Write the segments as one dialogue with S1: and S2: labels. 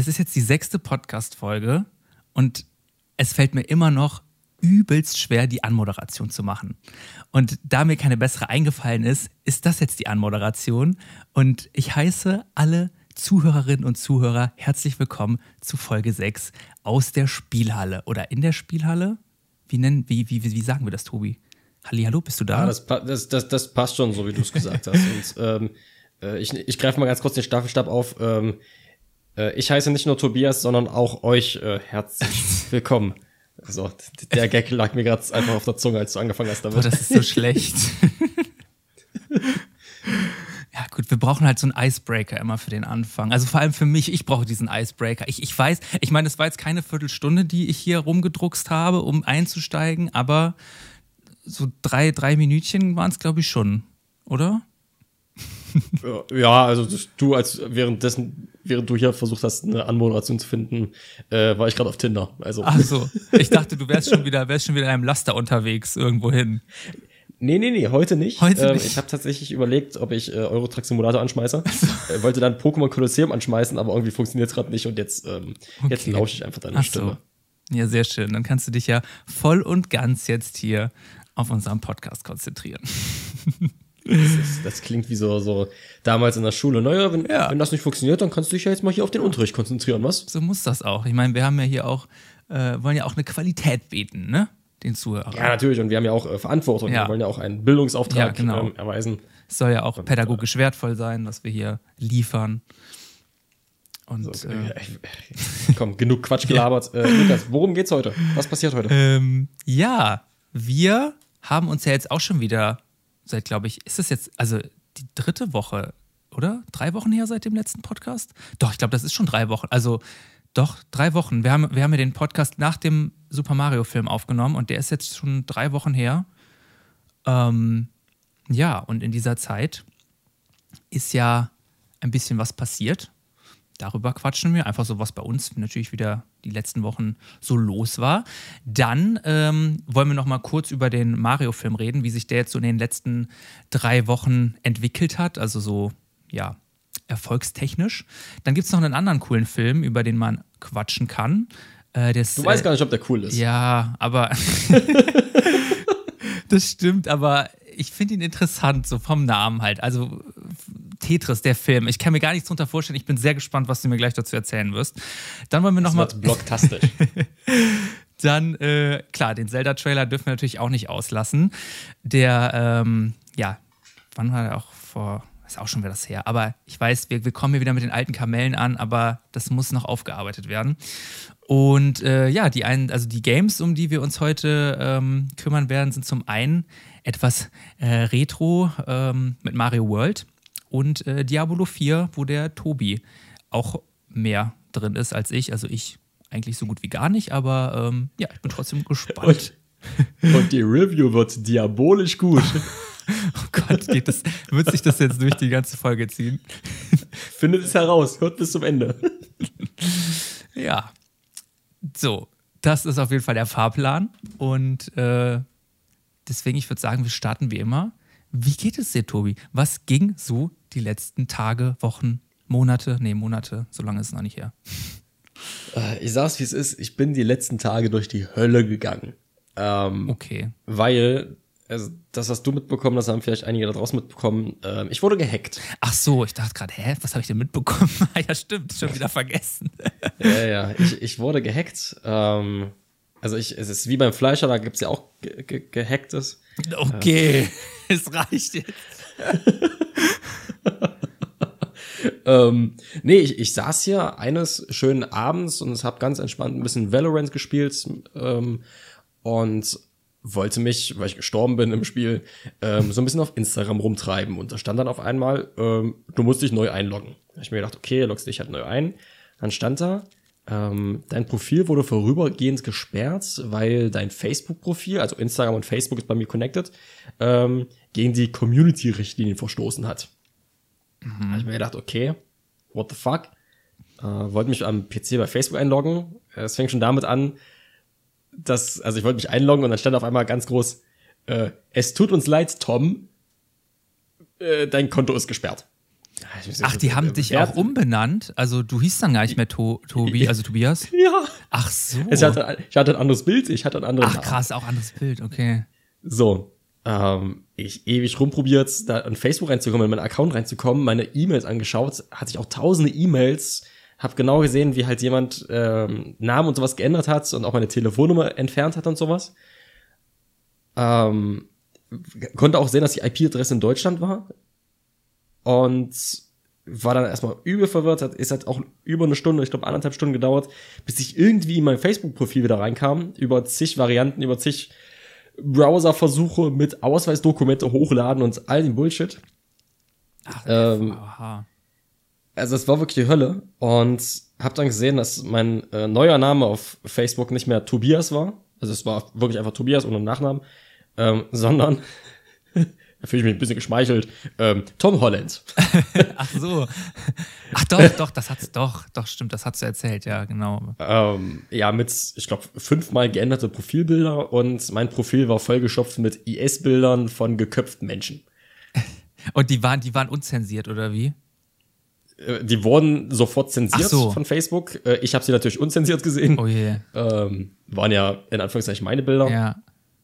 S1: es ist jetzt die 6. Podcast-Folge und es fällt mir immer noch übelst schwer, die Anmoderation zu machen. Und da mir keine bessere eingefallen ist, ist das jetzt die Anmoderation. Und ich heiße alle Zuhörerinnen und Zuhörer herzlich willkommen zu Folge 6 aus der Spielhalle oder in der Spielhalle. Wie sagen wir das, Tobi? Hallihallo, bist du da?
S2: Ja, das passt schon, so wie du es gesagt hast. Und ich greife mal ganz kurz den Staffelstab auf. Ich heiße nicht nur Tobias, sondern auch euch herzlich willkommen. So, der Gag lag mir gerade einfach auf der Zunge, als du angefangen hast damit.
S1: Boah, das ist so schlecht. Ja gut, wir brauchen halt so einen Icebreaker immer für den Anfang. Also vor allem für mich, ich brauche diesen Icebreaker. Ich weiß, ich meine, es war jetzt keine Viertelstunde, die ich hier rumgedruckst habe, um einzusteigen, aber so drei Minütchen waren es, glaube ich, schon, oder?
S2: Ja, also während du hier versucht hast, eine Anmoderation zu finden, war ich gerade auf Tinder. Also.
S1: Ach so, ich dachte, du wärst schon wieder in einem Laster unterwegs irgendwo hin.
S2: Nee, heute nicht.
S1: Heute nicht.
S2: Ich habe tatsächlich überlegt, ob ich Euro Truck Simulator anschmeiße. Wollte dann Pokémon Colosseum anschmeißen, aber irgendwie funktioniert es gerade nicht und jetzt lausche ich einfach deine Stimme.
S1: Ja, sehr schön. Dann kannst du dich ja voll und ganz jetzt hier auf unseren Podcast konzentrieren.
S2: Das klingt wie so damals in der Schule. Naja, wenn das nicht funktioniert, dann kannst du dich ja jetzt mal hier auf den Unterricht konzentrieren, was?
S1: So muss das auch. Ich meine, wir haben ja hier auch, wollen ja auch eine Qualität bieten, ne? Den Zuhörern.
S2: Ja, natürlich. Und wir haben ja auch Verantwortung. Ja. Wir wollen ja auch einen Bildungsauftrag erweisen.
S1: Es soll ja auch pädagogisch wertvoll sein, was wir hier liefern. Und
S2: so, komm, genug Quatsch gelabert. Lukas, worum geht's heute? Was passiert heute?
S1: Wir haben uns ja jetzt auch schon wieder seit, glaube ich, ist das jetzt, also die 3. Woche, oder? 3 Wochen her seit dem letzten Podcast? Doch, ich glaube, das ist schon 3 Wochen. Also doch, 3 Wochen. Wir haben ja den Podcast nach dem Super Mario-Film aufgenommen und der ist jetzt schon 3 Wochen her. Und in dieser Zeit ist ja ein bisschen was passiert. Darüber quatschen wir. Einfach so, was bei uns natürlich wieder die letzten Wochen so los war. Dann wollen wir noch mal kurz über den Mario-Film reden, wie sich der jetzt so in den letzten 3 Wochen entwickelt hat. Also so, ja, erfolgstechnisch. Dann gibt es noch einen anderen coolen Film, über den man quatschen kann.
S2: Du weißt gar nicht, ob der cool ist.
S1: Ja, aber das stimmt, aber ich finde ihn interessant, so vom Namen halt. Also Tetris, der Film. Ich kann mir gar nichts drunter vorstellen. Ich bin sehr gespannt, was du mir gleich dazu erzählen wirst. Dann wollen wir nochmal.
S2: Das wird blocktastisch.
S1: Dann, klar, den Zelda-Trailer dürfen wir natürlich auch nicht auslassen. Der, wann war der auch vor. Ist auch schon wieder das her. Aber ich weiß, wir kommen hier wieder mit den alten Kamellen an, aber das muss noch aufgearbeitet werden. Und die Games, um die wir uns heute kümmern werden, sind zum einen etwas Retro mit Mario World und Diablo 4, wo der Tobi auch mehr drin ist als ich. Also ich eigentlich so gut wie gar nicht, aber ich bin trotzdem gespannt.
S2: Und die Review wird diabolisch gut.
S1: Oh Gott, wird sich das jetzt durch die ganze Folge ziehen?
S2: Findet es heraus, hört bis zum Ende.
S1: Ja. So, das ist auf jeden Fall der Fahrplan. Und deswegen, ich würde sagen, wir starten wie immer. Wie geht es dir, Tobi? Was ging so die letzten Tage, Wochen, Monate? Nee, Monate, so lange ist es noch nicht her.
S2: Ich sag's, wie es ist. Ich bin die letzten Tage durch die Hölle gegangen.
S1: Okay.
S2: Weil, also das, was du mitbekommen hast, haben vielleicht einige da draußen mitbekommen. Ich wurde gehackt.
S1: Ach so, ich dachte gerade, was habe ich denn mitbekommen? Ja, stimmt, schon wieder vergessen.
S2: Ja, ich wurde gehackt. Es ist wie beim Fleischer, da gibt's ja auch Gehacktes.
S1: Okay, es reicht jetzt.
S2: Ich saß hier eines schönen Abends und habe ganz entspannt ein bisschen Valorant gespielt und wollte mich, weil ich gestorben bin im Spiel, so ein bisschen auf Instagram rumtreiben. Und da stand dann auf einmal, du musst dich neu einloggen. Da hab ich mir gedacht, okay, loggst dich halt neu ein. Dann stand da, dein Profil wurde vorübergehend gesperrt, weil dein Facebook-Profil, also Instagram und Facebook ist bei mir connected, gegen die Community-Richtlinien verstoßen hat. Da habe ich mir gedacht, okay, what the fuck? Wollte mich am PC bei Facebook einloggen. Es fängt schon damit an, ich wollte mich einloggen und dann stand auf einmal ganz groß, es tut uns leid, Tom, dein Konto ist gesperrt.
S1: Ach, die haben dich auch umbenannt? Also du hießt dann gar nicht mehr Tobi, also Tobias?
S2: Ja.
S1: Ach so.
S2: Ich hatte ein anderes Bild, ich hatte einen anderen
S1: Ach
S2: Namen.
S1: krass, auch anderes Bild, okay.
S2: So, ich ewig rumprobiert, da in Facebook reinzukommen, in meinen Account reinzukommen, meine E-Mails angeschaut, hatte ich auch tausende E-Mails, hab genau gesehen, wie halt jemand Namen und sowas geändert hat und auch meine Telefonnummer entfernt hat und sowas. Konnte auch sehen, dass die IP-Adresse in Deutschland war und war dann erstmal übel verwirrt, ist halt auch über eine Stunde, ich glaube 1,5 Stunden gedauert, bis ich irgendwie in mein Facebook-Profil wieder reinkam, über zig Varianten, über zig Browserversuche mit Ausweisdokumente hochladen und all den Bullshit.
S1: Ach,
S2: Also es war wirklich die Hölle und hab dann gesehen, dass mein neuer Name auf Facebook nicht mehr Tobias war, also es war wirklich einfach Tobias ohne Nachnamen, sondern da fühle ich mich ein bisschen geschmeichelt. Tom Holland.
S1: Ach so. Ach doch, doch, stimmt, das hast du erzählt, ja, genau.
S2: Ja, mit, ich glaube, 5-mal geänderte Profilbilder und mein Profil war vollgestopft mit IS-Bildern von geköpften Menschen.
S1: Und die waren unzensiert, oder wie?
S2: Die wurden sofort zensiert von Facebook. Ich habe sie natürlich unzensiert gesehen.
S1: Oh je.
S2: Waren ja in Anführungszeichen meine Bilder.
S1: Ja.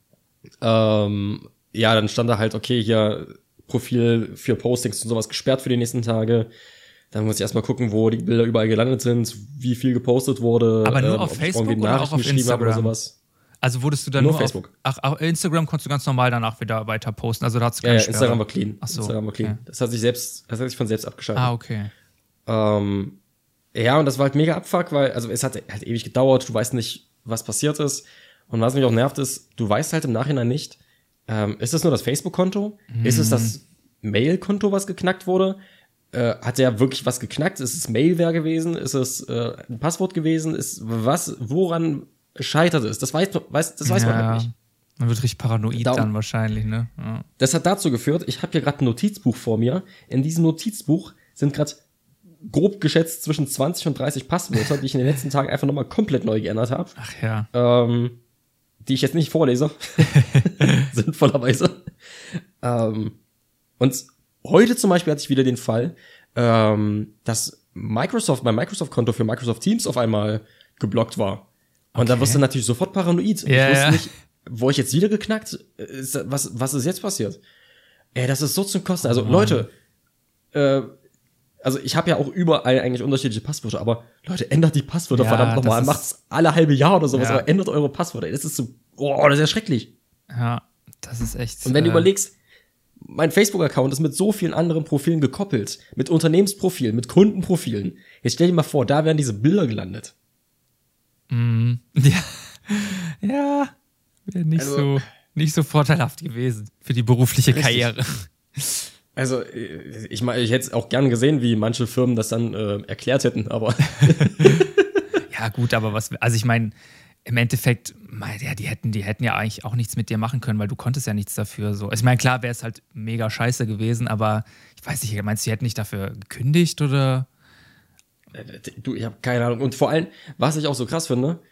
S2: Ja, dann stand da halt, okay, hier Profil für Postings und sowas gesperrt für die nächsten Tage. Dann muss ich erstmal gucken, wo die Bilder überall gelandet sind, wie viel gepostet wurde.
S1: Aber nur auf Facebook oder auch auf Instagram?
S2: Oder sowas.
S1: Also wurdest du dann nur
S2: Facebook.
S1: Auf Instagram konntest du ganz normal danach wieder weiter posten. Also da hat's
S2: keine Sperre. Instagram war clean.
S1: Ach so,
S2: Instagram war clean. Okay. Das hat sich von selbst abgeschaltet.
S1: Ah, okay.
S2: Ja, und das war halt mega Abfuck, weil, also es hat halt ewig gedauert, du weißt nicht, was passiert ist. Und was mich auch nervt ist, du weißt halt im Nachhinein nicht, ist es nur das Facebook-Konto? Ist es das Mail-Konto, was geknackt wurde? Hat der wirklich was geknackt? Ist es Mailware gewesen? Ist es ein Passwort gewesen? Woran scheitert es? Das weiß man halt nicht.
S1: Man wird richtig paranoid dann wahrscheinlich, ne? Ja.
S2: Das hat dazu geführt, ich habe hier gerade ein Notizbuch vor mir. In diesem Notizbuch sind gerade grob geschätzt zwischen 20 und 30 Passwörter, die ich in den letzten Tagen einfach nochmal komplett neu geändert habe.
S1: Ach ja.
S2: Die ich jetzt nicht vorlese. Sinnvollerweise. Und heute zum Beispiel hatte ich wieder den Fall, dass mein Microsoft-Konto für Microsoft Teams auf einmal geblockt war. Und da wirst du natürlich sofort paranoid. Und ich wusste nicht, wo ich jetzt wieder geknackt? Was ist jetzt passiert? Ey, das ist so zum Kosten. Also Leute, also ich habe ja auch überall eigentlich unterschiedliche Passwörter, aber Leute, ändert die Passwörter verdammt nochmal. Macht's alle halbe Jahr oder sowas, aber ändert eure Passwörter. Das ist so, das ist ja schrecklich.
S1: Ja, das ist echt.
S2: Und wenn du überlegst, mein Facebook-Account ist mit so vielen anderen Profilen gekoppelt. Mit Unternehmensprofilen, mit Kundenprofilen. Jetzt stell dir mal vor, da wären diese Bilder gelandet.
S1: Ja. Ja. Wäre nicht so vorteilhaft gewesen für die berufliche Karriere.
S2: Also, ich hätte es auch gern gesehen, wie manche Firmen das dann erklärt hätten, aber.
S1: Ja, gut, aber also ich meine, im Endeffekt, ja, die hätten ja eigentlich auch nichts mit dir machen können, weil du konntest ja nichts dafür. So. Also ich meine, klar wäre es halt mega scheiße gewesen, aber ich weiß nicht, meinst du, die hätten nicht dafür gekündigt oder?
S2: Du, ich habe keine Ahnung. Und vor allem, was ich auch so krass finde,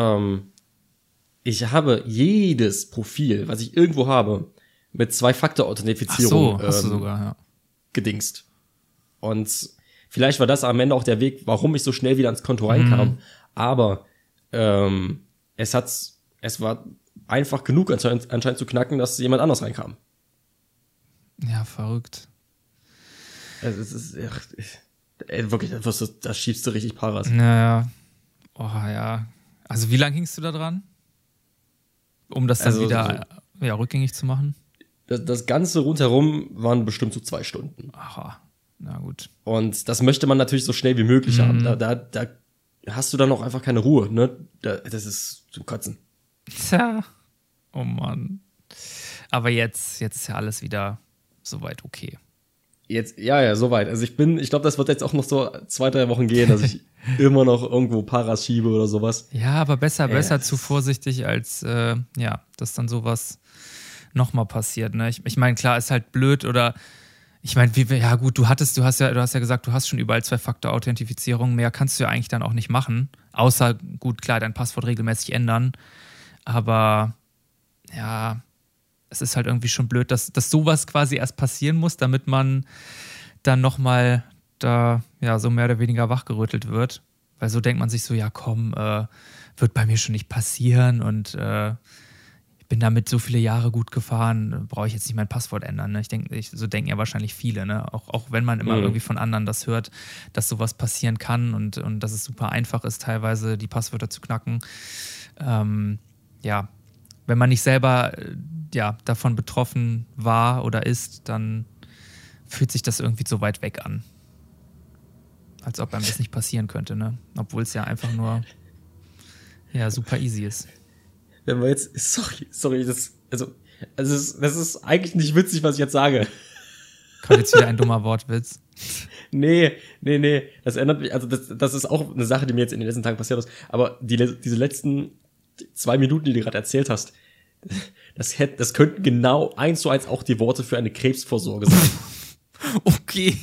S2: ich habe jedes Profil, was ich irgendwo habe, mit 2-Faktor-Authentifizierung
S1: hast du sogar,
S2: gedingst. Und vielleicht war das am Ende auch der Weg, warum ich so schnell wieder ans Konto reinkam. Aber es war einfach genug anscheinend zu knacken, dass jemand anders reinkam.
S1: Ja, verrückt.
S2: Also es ist wirklich, das schiebst du richtig Paras.
S1: Naja. Oh ja. Also wie lange hingst du da dran? Um das dann wieder rückgängig zu machen?
S2: Das Ganze rundherum waren bestimmt so 2 Stunden.
S1: Aha, na gut.
S2: Und das möchte man natürlich so schnell wie möglich haben. Da hast du dann auch einfach keine Ruhe, ne? Das ist zum Kotzen.
S1: Tja, oh Mann. Aber jetzt ist ja alles wieder soweit okay.
S2: Jetzt, ja, soweit. Also ich glaube, das wird jetzt auch noch so 2-3 Wochen gehen, dass ich immer noch irgendwo Paras schiebe oder sowas.
S1: Ja, aber besser zu vorsichtig, als dass dann sowas nochmal passiert. Ne? Ich meine, klar, ist halt blöd oder ich meine, du hast ja gesagt, du hast schon überall 2-Faktor-Authentifizierung. Mehr kannst du ja eigentlich dann auch nicht machen. Außer, gut, klar, dein Passwort regelmäßig ändern. Aber ja, es ist halt irgendwie schon blöd, dass sowas quasi erst passieren muss, damit man dann nochmal da ja so mehr oder weniger wachgerüttelt wird. Weil so denkt man sich so, ja komm, wird bei mir schon nicht passieren und ich bin damit so viele Jahre gut gefahren, brauche ich jetzt nicht mein Passwort ändern. Ne? So denken ja wahrscheinlich viele, ne? Auch wenn man immer irgendwie von anderen das hört, dass sowas passieren kann und dass es super einfach ist, teilweise die Passwörter zu knacken. Ja, wenn man nicht selber davon betroffen war oder ist, dann fühlt sich das irgendwie so weit weg an. Als ob einem das nicht passieren könnte, ne? Obwohl es ja einfach nur super easy ist.
S2: Wenn wir jetzt, sorry, das ist eigentlich nicht witzig, was ich jetzt sage.
S1: Kommt jetzt wieder ein dummer Wortwitz.
S2: Nee. Das ändert mich, also das ist auch eine Sache, die mir jetzt in den letzten Tagen passiert ist. Aber diese letzten 2 Minuten, die du gerade erzählt hast, das könnten genau 1:1 auch die Worte für eine Krebsvorsorge sein.
S1: Okay.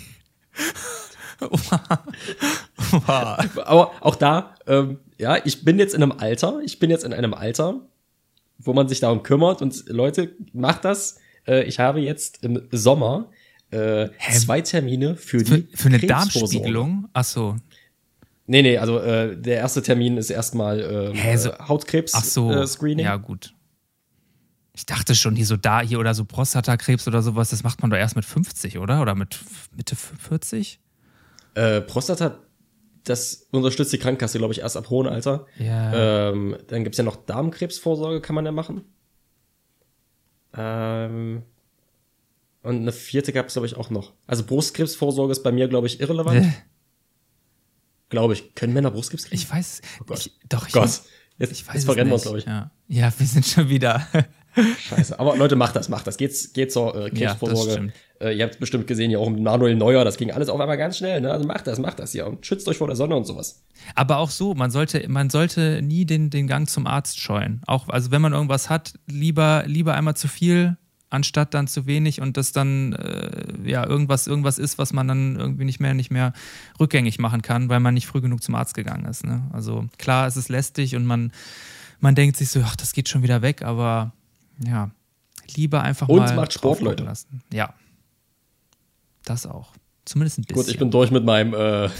S2: Aber auch da, ich bin jetzt in einem Alter, wo man sich darum kümmert und Leute, macht das. Ich habe jetzt im Sommer 2 Termine für die
S1: für eine
S2: Krebsvorsorge.
S1: Darmspiegelung? Ach so.
S2: Nee, also der erste Termin ist erstmal Hautkrebs-Screening.
S1: Ja gut. Ich dachte schon, hier oder so Prostatakrebs oder sowas, das macht man doch erst mit 50, oder? Oder mit Mitte 40?
S2: Prostata, das unterstützt die Krankenkasse, glaube ich, erst ab hohem Alter.
S1: Ja.
S2: Dann gibt's ja noch Darmkrebsvorsorge, kann man ja machen. Und eine 4. gab's, glaube ich, auch noch. Also Brustkrebsvorsorge ist bei mir, glaube ich, irrelevant. Glaube ich. Können Männer Brustkrebs kriegen?
S1: Ich weiß.
S2: Oh Gott.
S1: Jetzt
S2: verrennen wir uns, glaube ich.
S1: Ja, wir sind schon wieder.
S2: Scheiße. Aber Leute, macht das. Geht zur Krebsvorsorge. Ihr habt bestimmt gesehen, ja auch mit Manuel Neuer, das ging alles auf einmal ganz schnell. Ne? Also macht das ja und schützt euch vor der Sonne und sowas.
S1: Aber auch so, man sollte nie den Gang zum Arzt scheuen. Auch, also wenn man irgendwas hat, lieber einmal zu viel, anstatt dann zu wenig und das dann irgendwas ist, was man dann irgendwie nicht mehr rückgängig machen kann, weil man nicht früh genug zum Arzt gegangen ist. Ne? Also klar, es ist lästig und man denkt sich so, ach, das geht schon wieder weg, aber ja, lieber einfach
S2: und
S1: mal
S2: macht Sport, Leute.
S1: Lassen. Ja, das auch. Zumindest ein bisschen.
S2: Gut, ich bin durch mit meinem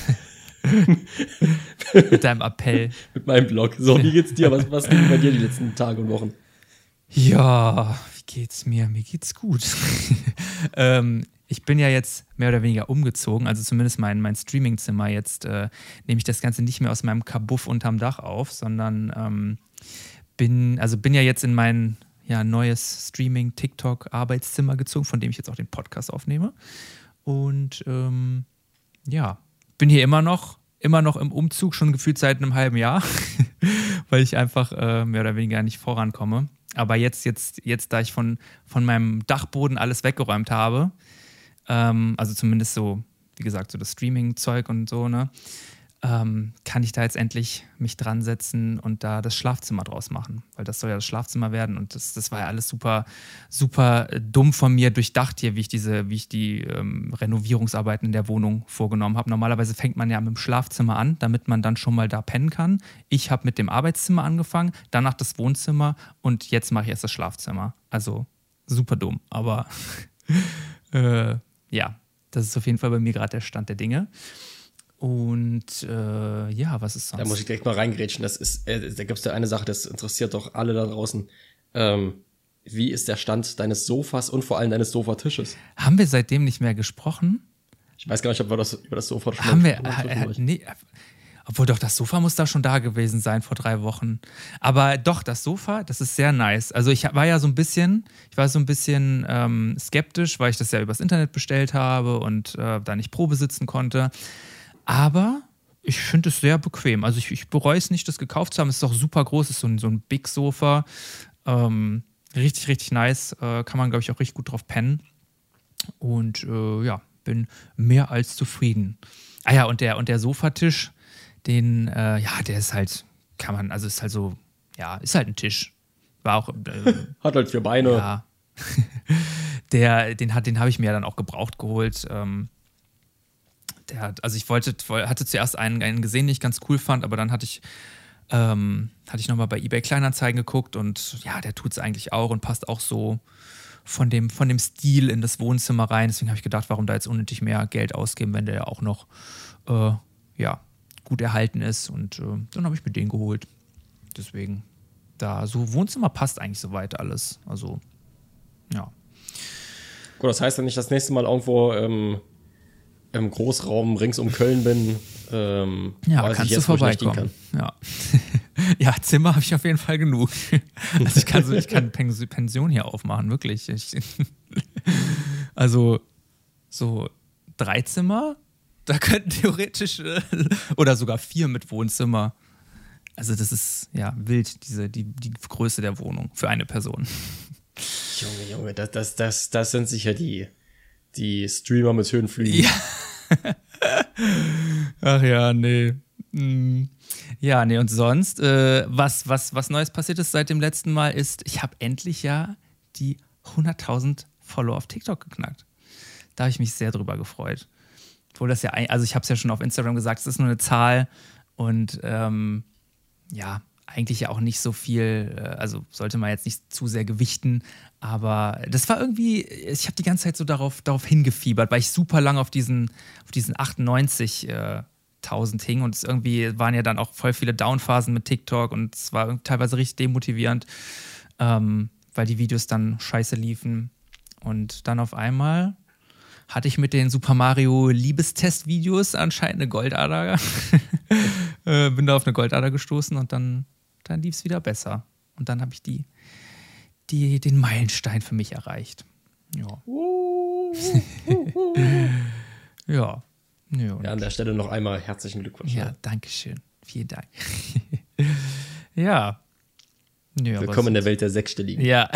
S1: mit deinem Appell.
S2: Mit meinem Blog. So, wie geht's dir? Was ging bei dir die letzten Tage und Wochen?
S1: Ja, wie geht's mir? Mir geht's gut. Ich bin ja jetzt mehr oder weniger umgezogen, also zumindest mein Streamingzimmer. Jetzt nehme ich das Ganze nicht mehr aus meinem Kabuff unterm Dach auf, sondern bin ja jetzt in mein neues Streaming-TikTok-Arbeitszimmer gezogen, von dem ich jetzt auch den Podcast aufnehme. Und bin hier immer noch im Umzug, schon gefühlt seit einem halben Jahr, weil ich einfach mehr oder weniger nicht vorankomme. Aber jetzt, da ich von meinem Dachboden alles weggeräumt habe, also zumindest so, wie gesagt, so das Streaming-Zeug und so, ne, kann ich da jetzt endlich mich dran setzen und da das Schlafzimmer draus machen, weil das soll ja das Schlafzimmer werden und das war ja alles super, super dumm von mir durchdacht hier, wie ich die Renovierungsarbeiten in der Wohnung vorgenommen habe. Normalerweise fängt man ja mit dem Schlafzimmer an, damit man dann schon mal da pennen kann. Ich habe mit dem Arbeitszimmer angefangen, danach das Wohnzimmer und jetzt mache ich erst das Schlafzimmer. Also super dumm, aber das ist auf jeden Fall bei mir gerade der Stand der Dinge. Und was ist sonst?
S2: Da muss ich direkt mal reingrätschen. Da gibt es ja eine Sache, das interessiert doch alle da draußen. Wie ist der Stand deines Sofas und vor allem deines Sofatisches?
S1: Haben wir seitdem nicht mehr gesprochen?
S2: Ich weiß gar nicht, ob wir über das Sofa schon
S1: haben wir. Nee, obwohl doch, das Sofa muss da schon da gewesen sein vor 3 Wochen. Aber doch, das Sofa, das ist sehr nice. Also ich war so ein bisschen skeptisch, weil ich das ja übers Internet bestellt habe und da nicht Probe sitzen konnte. Aber ich finde es sehr bequem. Also ich bereue es nicht, das gekauft zu haben. Es ist auch super groß, es ist so ein Big-Sofa. Richtig, richtig nice. Kann man, glaube ich, auch richtig gut drauf pennen. Und bin mehr als zufrieden. Ah ja, und der Sofatisch, der ist halt, ist halt so, ja, ist halt ein Tisch. War auch.
S2: Hat halt 4 Beine.
S1: Ja. Den habe ich mir dann auch gebraucht geholt. Ich hatte zuerst einen gesehen, den ich ganz cool fand, aber dann hatte ich nochmal bei eBay Kleinanzeigen geguckt und ja, der tut es eigentlich auch und passt auch so dem Stil in das Wohnzimmer rein. Deswegen habe ich gedacht, warum da jetzt unnötig mehr Geld ausgeben, wenn der ja auch noch gut erhalten ist. Und dann habe ich mir den geholt. Deswegen, da so Wohnzimmer passt eigentlich soweit alles. Also, ja.
S2: Gut, das heißt, wenn ich das nächste Mal irgendwo im Großraum rings um Köln bin, weiß
S1: kannst
S2: ich jetzt,
S1: du
S2: wo ich nächtigen
S1: vorbeikommen.
S2: kann.
S1: Ja. Ja, Zimmer habe ich auf jeden Fall genug. Also ich kann Pension hier aufmachen, wirklich. Also so 3 Zimmer, da könnten theoretisch oder sogar 4 mit Wohnzimmer. Also das ist ja wild, die Größe der Wohnung für eine Person.
S2: Junge, das sind sicher die Streamer mit Höhenflügen.
S1: Ja. Ach ja, nee. Ja, nee, und sonst, was Neues passiert ist seit dem letzten Mal ist, ich habe endlich ja die 100.000 Follower auf TikTok geknackt. Da habe ich mich sehr drüber gefreut. Obwohl das ja, also ich habe es ja schon auf Instagram gesagt, es ist nur eine Zahl und eigentlich ja auch nicht so viel, also sollte man jetzt nicht zu sehr gewichten, aber das war irgendwie, ich habe die ganze Zeit so darauf hingefiebert, weil ich super lange auf diesen 98.000 hing und es irgendwie waren ja dann auch voll viele Downphasen mit TikTok und es war teilweise richtig demotivierend, weil die Videos dann scheiße liefen und dann auf einmal hatte ich mit den Super Mario Liebestest-Videos anscheinend eine Goldader. Bin da auf eine Goldader gestoßen und dann lief es wieder besser. Und dann habe ich den Meilenstein für mich erreicht. Ja. Ja.
S2: Ja, an der Stelle noch einmal herzlichen Glückwunsch.
S1: Ja, danke schön. Vielen Dank. Ja.
S2: Willkommen in der Welt der Sechsstelligen.
S1: Ja.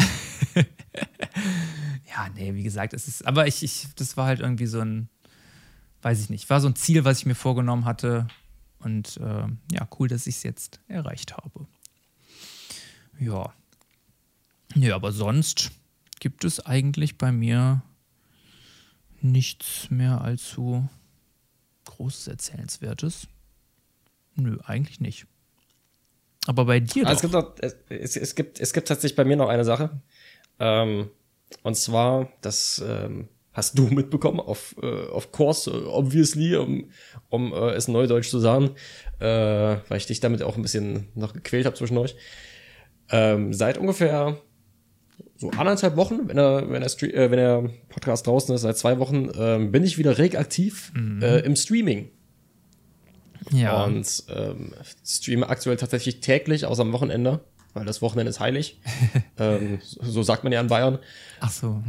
S1: Ja, nee, wie gesagt, es ist, aber das war halt irgendwie so ein, weiß ich nicht, war so ein Ziel, was ich mir vorgenommen hatte und cool, dass ich es jetzt erreicht habe. Ja. Ja, aber sonst gibt es eigentlich bei mir nichts mehr allzu Großes Erzählenswertes. Nö, eigentlich nicht. Aber bei dir doch.
S2: Es gibt tatsächlich bei mir noch eine Sache. Und zwar, das hast du mitbekommen, of course, obviously, um es neudeutsch zu sagen, weil ich dich damit auch ein bisschen noch gequält habe zwischen euch. Seit ungefähr so 1,5 Wochen, wenn der Podcast draußen ist, seit 2 Wochen, bin ich wieder reg aktiv im Streaming.
S1: Ja.
S2: Und streame aktuell tatsächlich täglich, außer am Wochenende, weil das Wochenende ist heilig. So sagt man ja in Bayern.
S1: Ach so.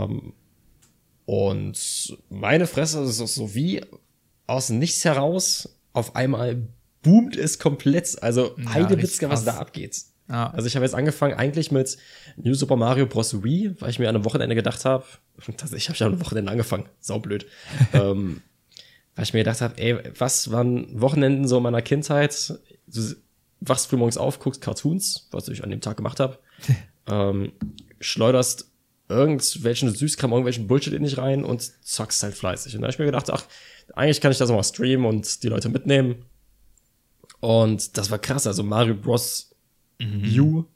S2: Und meine Fresse, das ist so wie aus nichts heraus, auf einmal boomt es komplett. Also Heidewitzka, was da abgeht.
S1: Ja.
S2: Also ich habe jetzt angefangen eigentlich mit New Super Mario Bros. Wii, weil ich mir an einem Wochenende gedacht habe, ich habe ja am Wochenende angefangen, saublöd, weil ich mir gedacht habe, ey, was waren Wochenenden so in meiner Kindheit? Du wachst früh morgens auf, guckst Cartoons, was ich an dem Tag gemacht habe, schleuderst irgendwelchen Süßkram, irgendwelchen Bullshit in dich rein und zockst halt fleißig. Und da habe ich mir gedacht, ach, eigentlich kann ich das mal streamen und die Leute mitnehmen. Und das war krass, also Mario Bros. Wii.
S1: U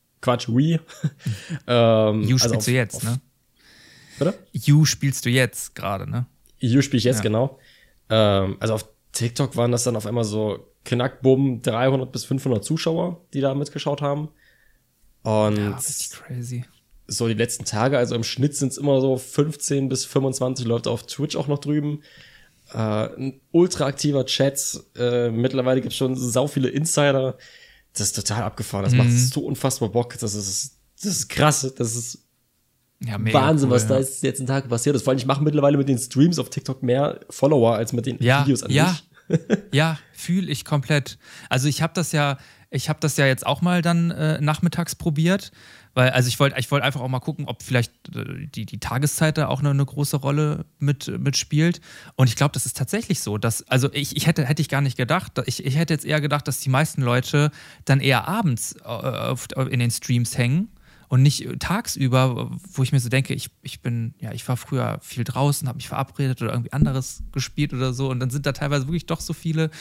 S1: spielst du jetzt, ne?
S2: Bitte?
S1: U spielst du jetzt gerade, ne?
S2: U spiele ich jetzt, genau. Also auf TikTok waren das dann auf einmal so knackbumm 300 bis 500 Zuschauer, die da mitgeschaut haben. Und
S1: ja, richtig crazy.
S2: So die letzten Tage, also im Schnitt sind es immer so 15 bis 25 Leute auf Twitch auch noch drüben. Ein ultra aktiver Chat. Mittlerweile gibt es schon sau viele Insider. Das ist total abgefahren. Das macht so unfassbar Bock. Das ist krass. Das ist Wahnsinn, cool, was da jetzt den Tag passiert ist. Vor allem, ich mache mittlerweile mit den Streams auf TikTok mehr Follower als mit den Videos an sich.
S1: Ja, fühle ich komplett. Also ich habe das ja jetzt auch mal dann nachmittags probiert, weil also ich wollte einfach auch mal gucken, ob vielleicht die Tageszeit da auch eine große Rolle mitspielt. Und ich glaube, das ist tatsächlich so, dass, also hätte ich gar nicht gedacht, ich hätte jetzt eher gedacht, dass die meisten Leute dann eher abends in den Streams hängen und nicht tagsüber, wo ich mir so denke, ich war früher viel draußen, habe mich verabredet oder irgendwie anderes gespielt oder so und dann sind da teilweise wirklich doch so viele,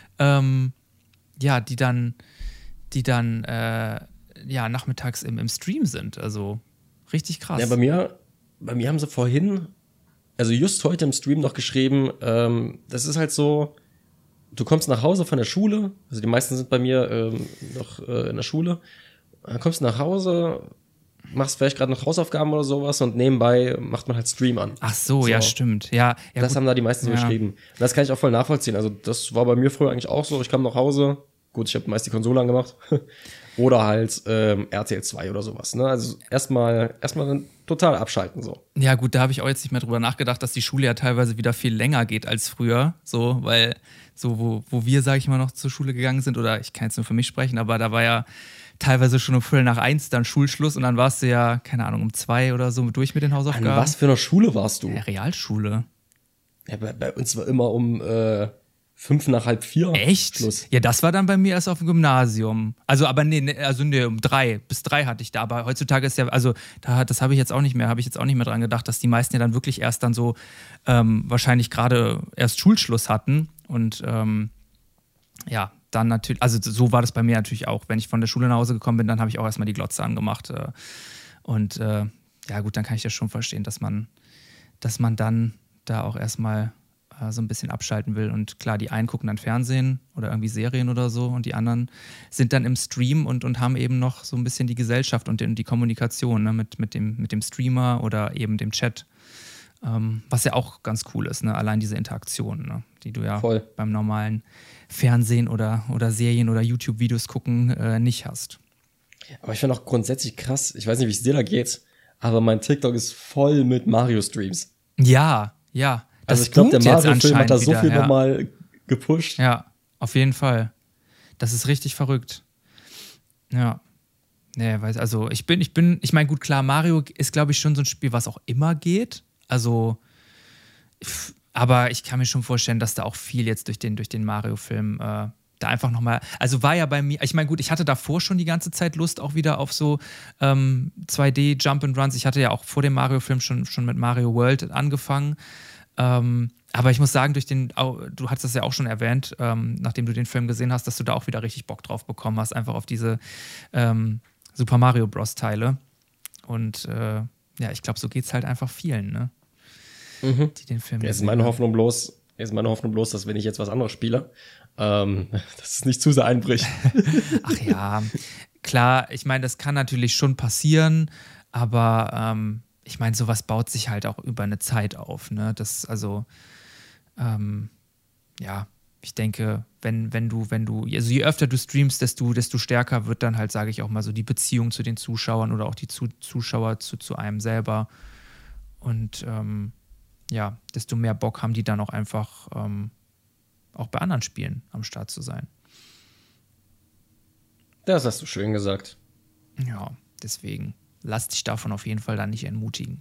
S1: die dann nachmittags im Stream sind, also Richtig krass.
S2: Ja, bei mir haben sie vorhin, also just heute im Stream noch geschrieben, das ist halt so, du kommst nach Hause von der Schule, also die meisten sind bei mir noch in der Schule, dann kommst du nach Hause, machst vielleicht gerade noch Hausaufgaben oder sowas und nebenbei macht man halt Stream an.
S1: Ach so, ja, stimmt. Ja,
S2: das
S1: gut.
S2: haben da die meisten so geschrieben. Und das kann ich auch voll nachvollziehen. Also das war bei mir früher eigentlich auch so. Ich kam nach Hause, gut, ich habe meist die Konsole angemacht. Oder halt RTL 2 oder sowas. Ne? Also erstmal dann total abschalten so.
S1: Ja gut, da habe ich auch jetzt nicht mehr drüber nachgedacht, dass die Schule ja teilweise wieder viel länger geht als früher. So, weil so, wo wir, sage ich mal, noch zur Schule gegangen sind, oder ich kann jetzt nur für mich sprechen, aber da war ja teilweise schon um 12:45 dann Schulschluss und dann warst du ja, keine Ahnung, um 2 oder so durch mit den Hausaufgaben.
S2: An was für einer Schule warst du?
S1: Ja, Realschule.
S2: Ja, bei uns war immer um 5 nach halb 4.
S1: Echt?
S2: Schluss.
S1: Ja, das war dann bei mir erst auf dem Gymnasium. Also, aber nee, um 3. Bis 3 hatte ich da. Aber heutzutage ist ja, also, das habe ich jetzt auch nicht mehr dran gedacht, dass die meisten ja dann wirklich erst dann so wahrscheinlich gerade erst Schulschluss hatten. Und ja, dann natürlich, also so war das bei mir natürlich auch. Wenn ich von der Schule nach Hause gekommen bin, dann habe ich auch erstmal die Glotze angemacht. Und ja, gut, dann kann ich das schon verstehen, dass man dann da auch erstmal so ein bisschen abschalten will. Und klar, die einen gucken dann Fernsehen oder irgendwie Serien oder so und die anderen sind dann im Stream und haben eben noch so ein bisschen die Gesellschaft und die Kommunikation, ne, mit dem Streamer oder eben dem Chat. Was ja auch ganz cool ist, ne? Allein diese Interaktion, ne? Die du ja beim normalen Fernsehen oder Serien oder YouTube-Videos gucken nicht hast.
S2: Aber ich finde auch grundsätzlich krass, ich weiß nicht, wie es dir da geht, aber mein TikTok ist voll mit Mario-Streams.
S1: Ja, ja. Das
S2: also ich glaube, der Mario-Film hat da so
S1: wieder,
S2: viel nochmal gepusht.
S1: Ja, auf jeden Fall. Das ist richtig verrückt. Ja. Nee, also ich meine, gut, klar, Mario ist, glaube ich, schon so ein Spiel, was auch immer geht. Also, aber ich kann mir schon vorstellen, dass da auch viel jetzt durch den Mario-Film da einfach nochmal, also war ja bei mir, ich meine, gut, ich hatte davor schon die ganze Zeit Lust auch wieder auf so 2D Jump and Runs. Ich hatte ja auch vor dem Mario-Film schon mit Mario World angefangen. Aber ich muss sagen, du hast das ja auch schon erwähnt, nachdem du den Film gesehen hast, dass du da auch wieder richtig Bock drauf bekommen hast, einfach auf diese Super Mario Bros. Teile. Und ja, ich glaube, so geht es halt einfach vielen, ne? Die den Film
S2: Jetzt ist meine Hoffnung bloß, dass wenn ich jetzt was anderes spiele, dass es nicht zu sehr einbricht.
S1: Ach ja, klar, ich meine, das kann natürlich schon passieren, aber ich meine, sowas baut sich halt auch über eine Zeit auf, ne? Das, also, ja, ich denke, wenn du, also je öfter du streamst, desto stärker wird dann halt, sage ich auch mal, so die Beziehung zu den Zuschauern oder auch die Zuschauer zu einem selber. Und ja, desto mehr Bock haben die dann auch einfach auch bei anderen Spielen am Start zu sein.
S2: Das hast du schön gesagt.
S1: Ja, deswegen. Lass dich davon auf jeden Fall dann nicht entmutigen.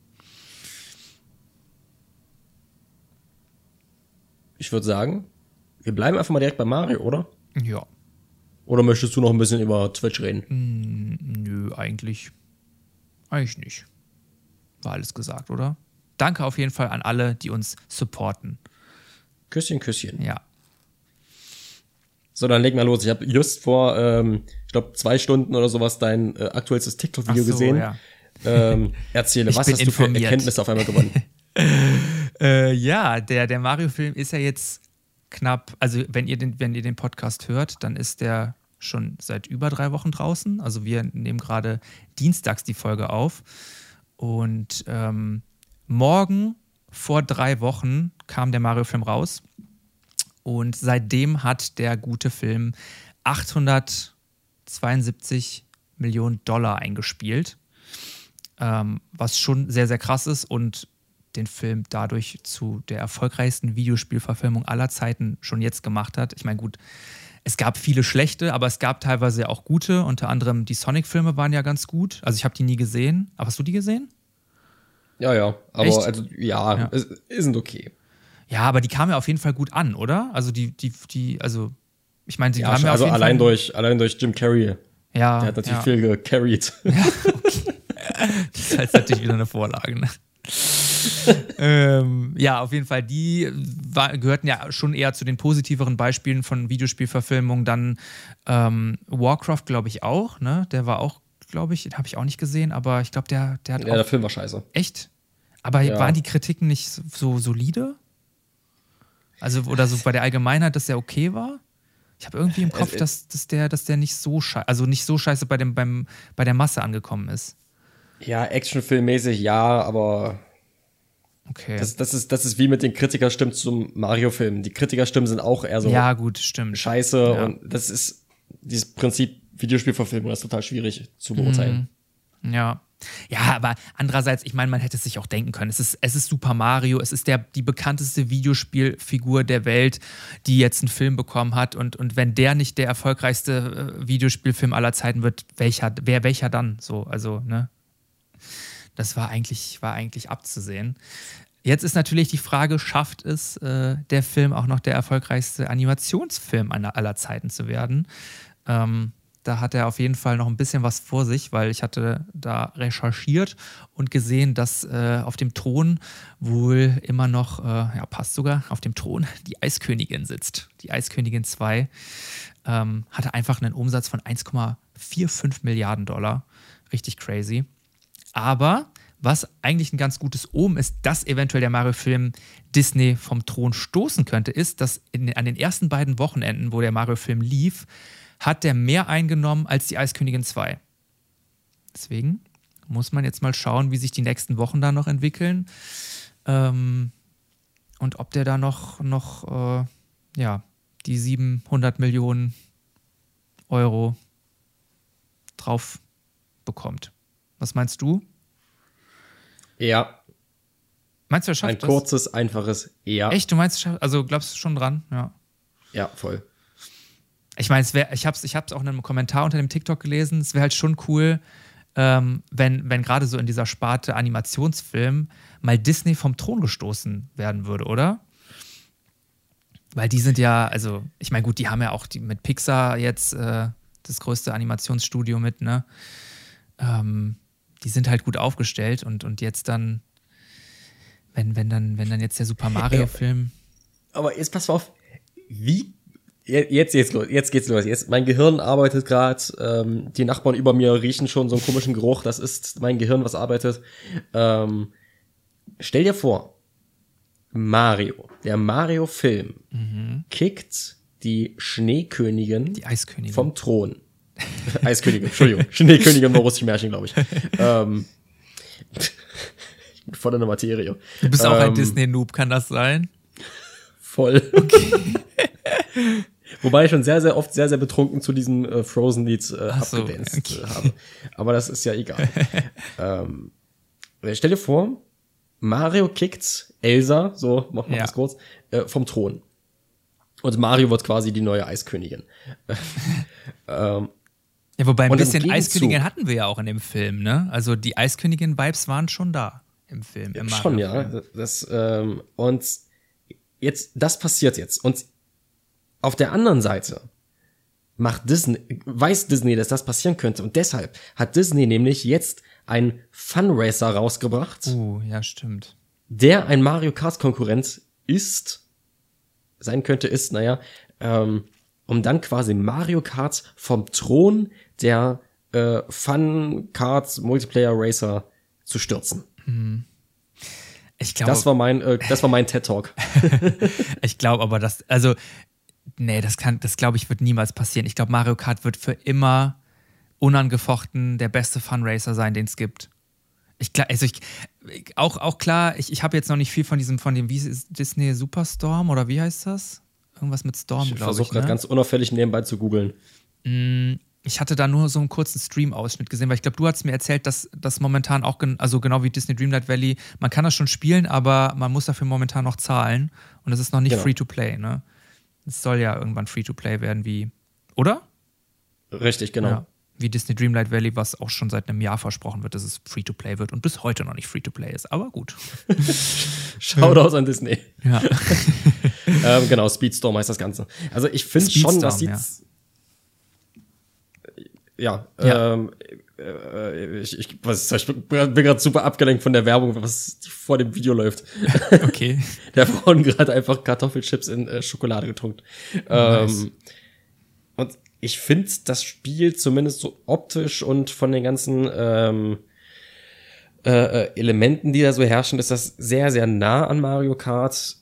S2: Ich würde sagen, wir bleiben einfach mal direkt bei Mario, oder?
S1: Ja.
S2: Oder möchtest du noch ein bisschen über Twitch reden?
S1: Nö, eigentlich nicht. War alles gesagt, oder? Danke auf jeden Fall an alle, die uns supporten.
S2: Küsschen, Küsschen.
S1: Ja.
S2: So, dann leg mal los. Ich habe just vor, ich glaube, 2 Stunden oder sowas dein aktuellstes TikTok-Video gesehen. Ja. Erzähle, was hast du für Erkenntnisse auf einmal gewonnen?
S1: Ja, der Mario-Film ist ja jetzt knapp, also wenn ihr den Podcast hört, dann ist der schon seit über 3 Wochen draußen. Also wir nehmen gerade dienstags die Folge auf. Und morgen vor 3 Wochen kam der Mario-Film raus. Und seitdem hat der gute Film 872 Millionen Dollar eingespielt, was schon sehr, sehr krass ist und den Film dadurch zu der erfolgreichsten Videospielverfilmung aller Zeiten schon jetzt gemacht hat. Ich meine, gut, es gab viele schlechte, aber es gab teilweise auch gute. Unter anderem die Sonic-Filme waren ja ganz gut. Also ich habe die nie gesehen. Aber hast du die gesehen?
S2: Ja, aber
S1: echt?
S2: Also ja, es sind okay.
S1: Ja, aber die kamen ja auf jeden Fall gut an, oder? Also also ich meine, die haben ja auf
S2: also
S1: jeden
S2: allein
S1: Fall
S2: durch Jim Carrey.
S1: Ja,
S2: der hat natürlich viel gecarried.
S1: Ja, okay. Das ist halt natürlich wieder eine Vorlage, ne? Ja, auf jeden Fall, die gehörten ja schon eher zu den positiveren Beispielen von Videospielverfilmungen. Dann Warcraft, glaube ich, auch, ne? Der war auch, glaube ich. Den habe ich auch nicht gesehen, aber ich glaube, der hat auch...
S2: Ja, der Film war scheiße.
S1: Echt? Aber waren die Kritiken nicht so solide? Also, oder so bei der Allgemeinheit, dass der okay war? Ich habe irgendwie im Kopf, dass der nicht so scheiße, also nicht so scheiße bei der Masse angekommen ist.
S2: Ja, actionfilmmäßig ja, aber
S1: okay.
S2: Das ist wie mit den Kritikerstimmen zum Mario-Film. Die Kritikerstimmen sind auch eher so
S1: gut, stimmt.
S2: scheiße und das ist dieses Prinzip Videospielverfilmung, das ist total schwierig zu beurteilen.
S1: Ja. Ja, aber andererseits, ich meine, man hätte es sich auch denken können. Es ist Super Mario, es ist die bekannteste Videospielfigur der Welt, die jetzt einen Film bekommen hat. Und wenn der nicht der erfolgreichste Videospielfilm aller Zeiten wird, welcher dann? So, also, ne? Das war eigentlich abzusehen. Jetzt ist natürlich die Frage, schafft es der Film auch noch der erfolgreichste Animationsfilm aller Zeiten zu werden? Da hat er auf jeden Fall noch ein bisschen was vor sich, weil ich hatte da recherchiert und gesehen, dass auf dem Thron wohl immer noch, passt sogar, auf dem Thron die Eiskönigin sitzt. Die Eiskönigin 2 hatte einfach einen Umsatz von 1,45 Milliarden $. Richtig crazy. Aber was eigentlich ein ganz gutes Omen ist, dass eventuell der Mario-Film Disney vom Thron stoßen könnte, ist, dass an den ersten beiden Wochenenden, wo der Mario-Film lief, hat der mehr eingenommen als die Eiskönigin 2. Deswegen muss man jetzt mal schauen, wie sich die nächsten Wochen da noch entwickeln und ob der da noch die 700 Millionen € drauf bekommt. Was meinst du?
S2: Ja.
S1: Meinst du, er schafft das?
S2: Ein kurzes, einfaches Ja.
S1: Echt? Du meinst, also glaubst du schon dran? Ja.
S2: Ja, voll.
S1: Ich meine, ich hab's auch in einem Kommentar unter dem TikTok gelesen, es wäre halt schon cool, wenn gerade so in dieser Sparte Animationsfilm mal Disney vom Thron gestoßen werden würde, oder? Weil die sind ja, also, ich meine, gut, die haben ja auch mit Pixar jetzt das größte Animationsstudio mit, ne? Die sind halt gut aufgestellt und jetzt dann, wenn dann jetzt der Super Mario-Film.
S2: Aber jetzt pass auf, Jetzt geht's los. Jetzt, mein Gehirn arbeitet gerade. Die Nachbarn über mir riechen schon so einen komischen Geruch. Das ist mein Gehirn, was arbeitet. Stell dir vor, der Mario-Film kickt die Schneekönigin,
S1: die Eiskönigin
S2: vom Thron. Eiskönigin, Entschuldigung. Schneekönigin war russisch Märchen, glaube ich. Ich bin voll in der Materie.
S1: Du bist auch ein Disney-Noob, kann das sein?
S2: Voll. Okay. Wobei ich schon sehr, sehr oft sehr, sehr betrunken zu diesen Frozen-Lieds abgedanced habe. Aber das ist ja egal. Stell dir vor, Mario kickt Elsa, so machen wir das kurz, vom Thron. Und Mario wird quasi die neue Eiskönigin.
S1: Wobei ein bisschen Eiskönigin hatten wir ja auch in dem Film, ne? Also die Eiskönigin-Vibes waren schon da im Film. Im
S2: schon, ja. Und jetzt, das passiert jetzt. Und auf der anderen Seite weiß Disney, dass das passieren könnte. Und deshalb hat Disney nämlich jetzt einen Funracer rausgebracht.
S1: Ja, stimmt.
S2: Der ein Mario Kart-Konkurrent sein könnte, um dann quasi Mario Kart vom Thron der Fun Kart Multiplayer Racer zu stürzen.
S1: Ich glaube,
S2: das war mein TED Talk.
S1: Ich glaube aber, das glaube ich, wird niemals passieren. Ich glaube, Mario Kart wird für immer unangefochten der beste Funracer sein, den es gibt. Auch klar, ich habe jetzt noch nicht viel von dem, wie ist Disney Superstorm oder wie heißt das? Irgendwas mit Storm, glaube ich.
S2: Ich versuche gerade ganz unauffällig nebenbei zu googeln.
S1: Ich hatte da nur so einen kurzen Stream-Ausschnitt gesehen, weil ich glaube, du hast mir erzählt, dass das momentan auch, also genau wie Disney Dreamlight Valley, man kann das schon spielen, aber man muss dafür momentan noch zahlen und es ist noch nicht Free-to-Play, ne? Es soll ja irgendwann Free-to-Play werden oder?
S2: Richtig, genau.
S1: Ja, wie Disney Dreamlight Valley, was auch schon seit einem Jahr versprochen wird, dass es Free-to-Play wird und bis heute noch nicht Free-to-Play ist, aber gut.
S2: Shoutouts an Disney.
S1: Ja.
S2: Genau, Speedstorm heißt das Ganze. Also ich finde schon, das sieht... Ich bin gerade super abgelenkt von der Werbung, was vor dem Video läuft.
S1: Okay.
S2: Da wurden gerade einfach Kartoffelchips in Schokolade getunkt.
S1: Nice.
S2: Und ich finde, das Spiel zumindest so optisch und von den ganzen Elementen, die da so herrschen, ist das sehr, sehr nah an Mario Kart.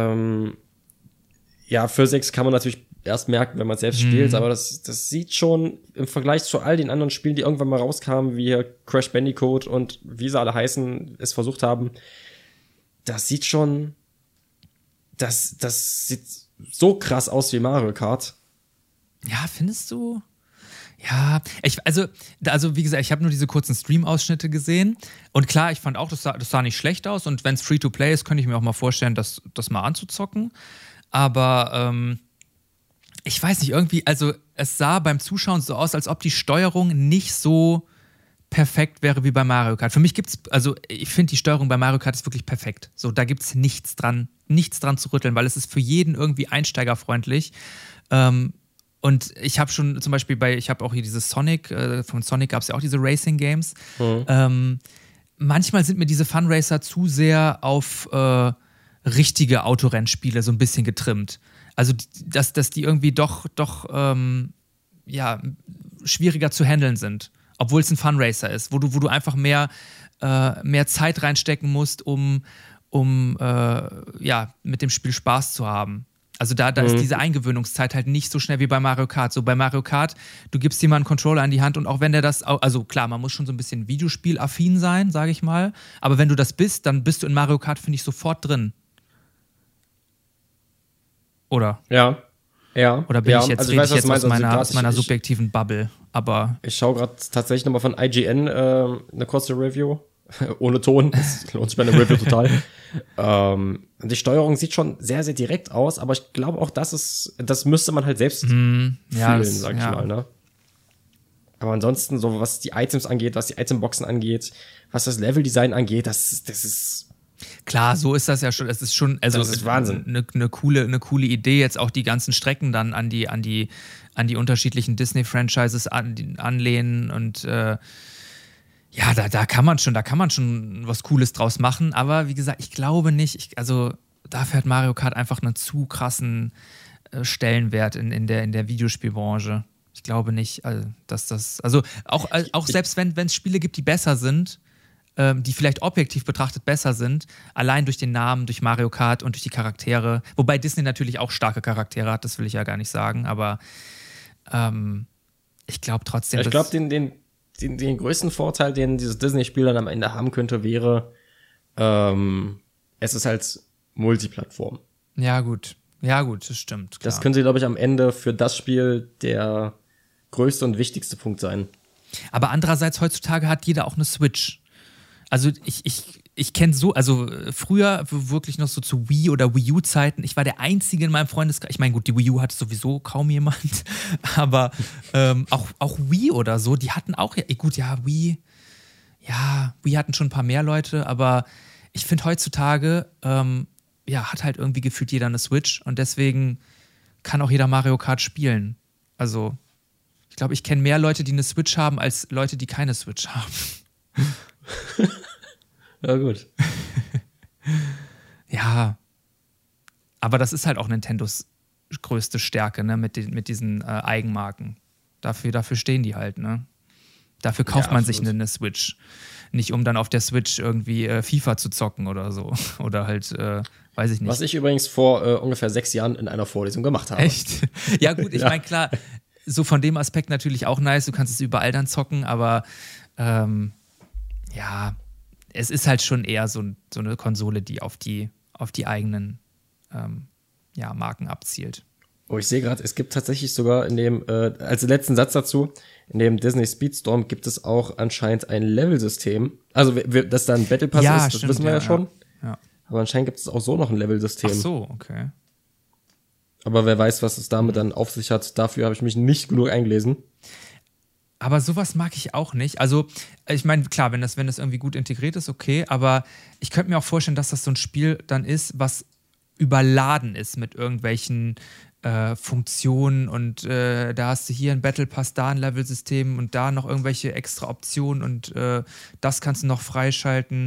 S2: Ja, Physics kann man natürlich erst merken, wenn man es selbst spielt, aber das sieht schon im Vergleich zu all den anderen Spielen, die irgendwann mal rauskamen, wie Crash Bandicoot und wie sie alle heißen, es versucht haben, das sieht schon, das sieht so krass aus wie Mario Kart.
S1: Ja, findest du? Ja, also wie gesagt, ich habe nur diese kurzen Stream-Ausschnitte gesehen und klar, ich fand auch, das sah nicht schlecht aus und wenn es Free-to-Play ist, könnte ich mir auch mal vorstellen, das mal anzuzocken, aber ich weiß nicht, irgendwie, also es sah beim Zuschauen so aus, als ob die Steuerung nicht so perfekt wäre wie bei Mario Kart. Für mich ich finde die Steuerung bei Mario Kart ist wirklich perfekt. So, da gibt's nichts dran zu rütteln, weil es ist für jeden irgendwie einsteigerfreundlich. Und ich habe schon zum Beispiel ich habe auch hier dieses Sonic, von Sonic gab es ja auch diese Racing Games. Manchmal sind mir diese Fun Racer zu sehr auf richtige Autorennspiele so ein bisschen getrimmt. Also, dass die irgendwie doch schwieriger zu handeln sind. Obwohl es ein Fun Racer ist, wo du einfach mehr Zeit reinstecken musst, um mit dem Spiel Spaß zu haben. Also da ist diese Eingewöhnungszeit halt nicht so schnell wie bei Mario Kart. So bei Mario Kart, du gibst jemandem einen Controller an die Hand und auch wenn der also klar, man muss schon so ein bisschen Videospielaffin sein, sage ich mal. Aber wenn du das bist, dann bist du in Mario Kart, finde ich, sofort drin. Oder?
S2: Ja. Oder
S1: bin ich jetzt, aus meiner subjektiven Bubble? Aber
S2: ich schaue gerade tatsächlich nochmal von IGN eine kurze Review. Ohne Ton. Das lohnt sich bei einer Review total. Die Steuerung sieht schon sehr, sehr direkt aus, aber ich glaube auch, das müsste man halt selbst fühlen, sag ich mal, ne? Aber ansonsten, so was die Items angeht, was die Itemboxen angeht, was das Leveldesign angeht, das ist
S1: klar, so ist das ja schon. Es ist schon, also
S2: das ist Wahnsinn.
S1: Eine coole Idee, jetzt auch die ganzen Strecken dann an die unterschiedlichen Disney-Franchises anlehnen und da kann man schon was Cooles draus machen. Aber wie gesagt, ich glaube nicht. Dafür hat Mario Kart einfach einen zu krassen Stellenwert in der Videospielbranche. Ich glaube nicht, dass das. Also auch selbst wenn es Spiele gibt, die besser sind, die vielleicht objektiv betrachtet besser sind, allein durch den Namen, durch Mario Kart und durch die Charaktere, wobei Disney natürlich auch starke Charaktere hat, das will ich ja gar nicht sagen, aber ich glaube trotzdem,
S2: ich glaube, den größten Vorteil, den dieses Disney-Spiel dann am Ende haben könnte, wäre, es ist halt Multiplattform.
S1: Ja gut, das stimmt. Klar.
S2: Das könnte, glaube ich, am Ende für das Spiel der größte und wichtigste Punkt sein.
S1: Aber andererseits, heutzutage hat jeder auch eine Switch. Also ich kenne früher wirklich noch so zu Wii oder Wii U-Zeiten, ich war der Einzige in meinem Freundeskreis, ich meine gut, die Wii U hatte sowieso kaum jemand, aber auch Wii oder so, die hatten auch, Wii hatten schon ein paar mehr Leute, aber ich finde heutzutage, hat halt irgendwie gefühlt jeder eine Switch und deswegen kann auch jeder Mario Kart spielen. Also ich glaube, ich kenne mehr Leute, die eine Switch haben, als Leute, die keine Switch haben.
S2: Ja, gut.
S1: Ja. Aber das ist halt auch Nintendos größte Stärke, ne, mit diesen Eigenmarken. Dafür stehen die halt, ne? Dafür kauft man sich eine Switch. Nicht, um dann auf der Switch irgendwie FIFA zu zocken oder so. Oder halt, weiß ich nicht.
S2: Was ich übrigens vor ungefähr 6 Jahren in einer Vorlesung gemacht habe.
S1: Echt? Ja, gut, ich meine, klar, so von dem Aspekt natürlich auch nice. Du kannst es überall dann zocken, aber es ist halt schon eher so eine Konsole, die auf die eigenen Marken abzielt.
S2: Oh, ich sehe gerade, es gibt tatsächlich sogar in dem, als letzten Satz dazu, in dem Disney Speedstorm gibt es auch anscheinend ein Level-System. Also, dass da ein Battle Pass ist, das wissen wir ja schon. Ja. Aber anscheinend gibt es auch so noch ein Level-System.
S1: Ach so, okay.
S2: Aber wer weiß, was es damit dann auf sich hat, dafür habe ich mich nicht genug eingelesen.
S1: Aber sowas mag ich auch nicht. Also, ich meine, klar, wenn das irgendwie gut integriert ist, okay, aber ich könnte mir auch vorstellen, dass das so ein Spiel dann ist, was überladen ist mit irgendwelchen Funktionen und da hast du hier ein Battle Pass, da ein Level-System und da noch irgendwelche extra Optionen und das kannst du noch freischalten.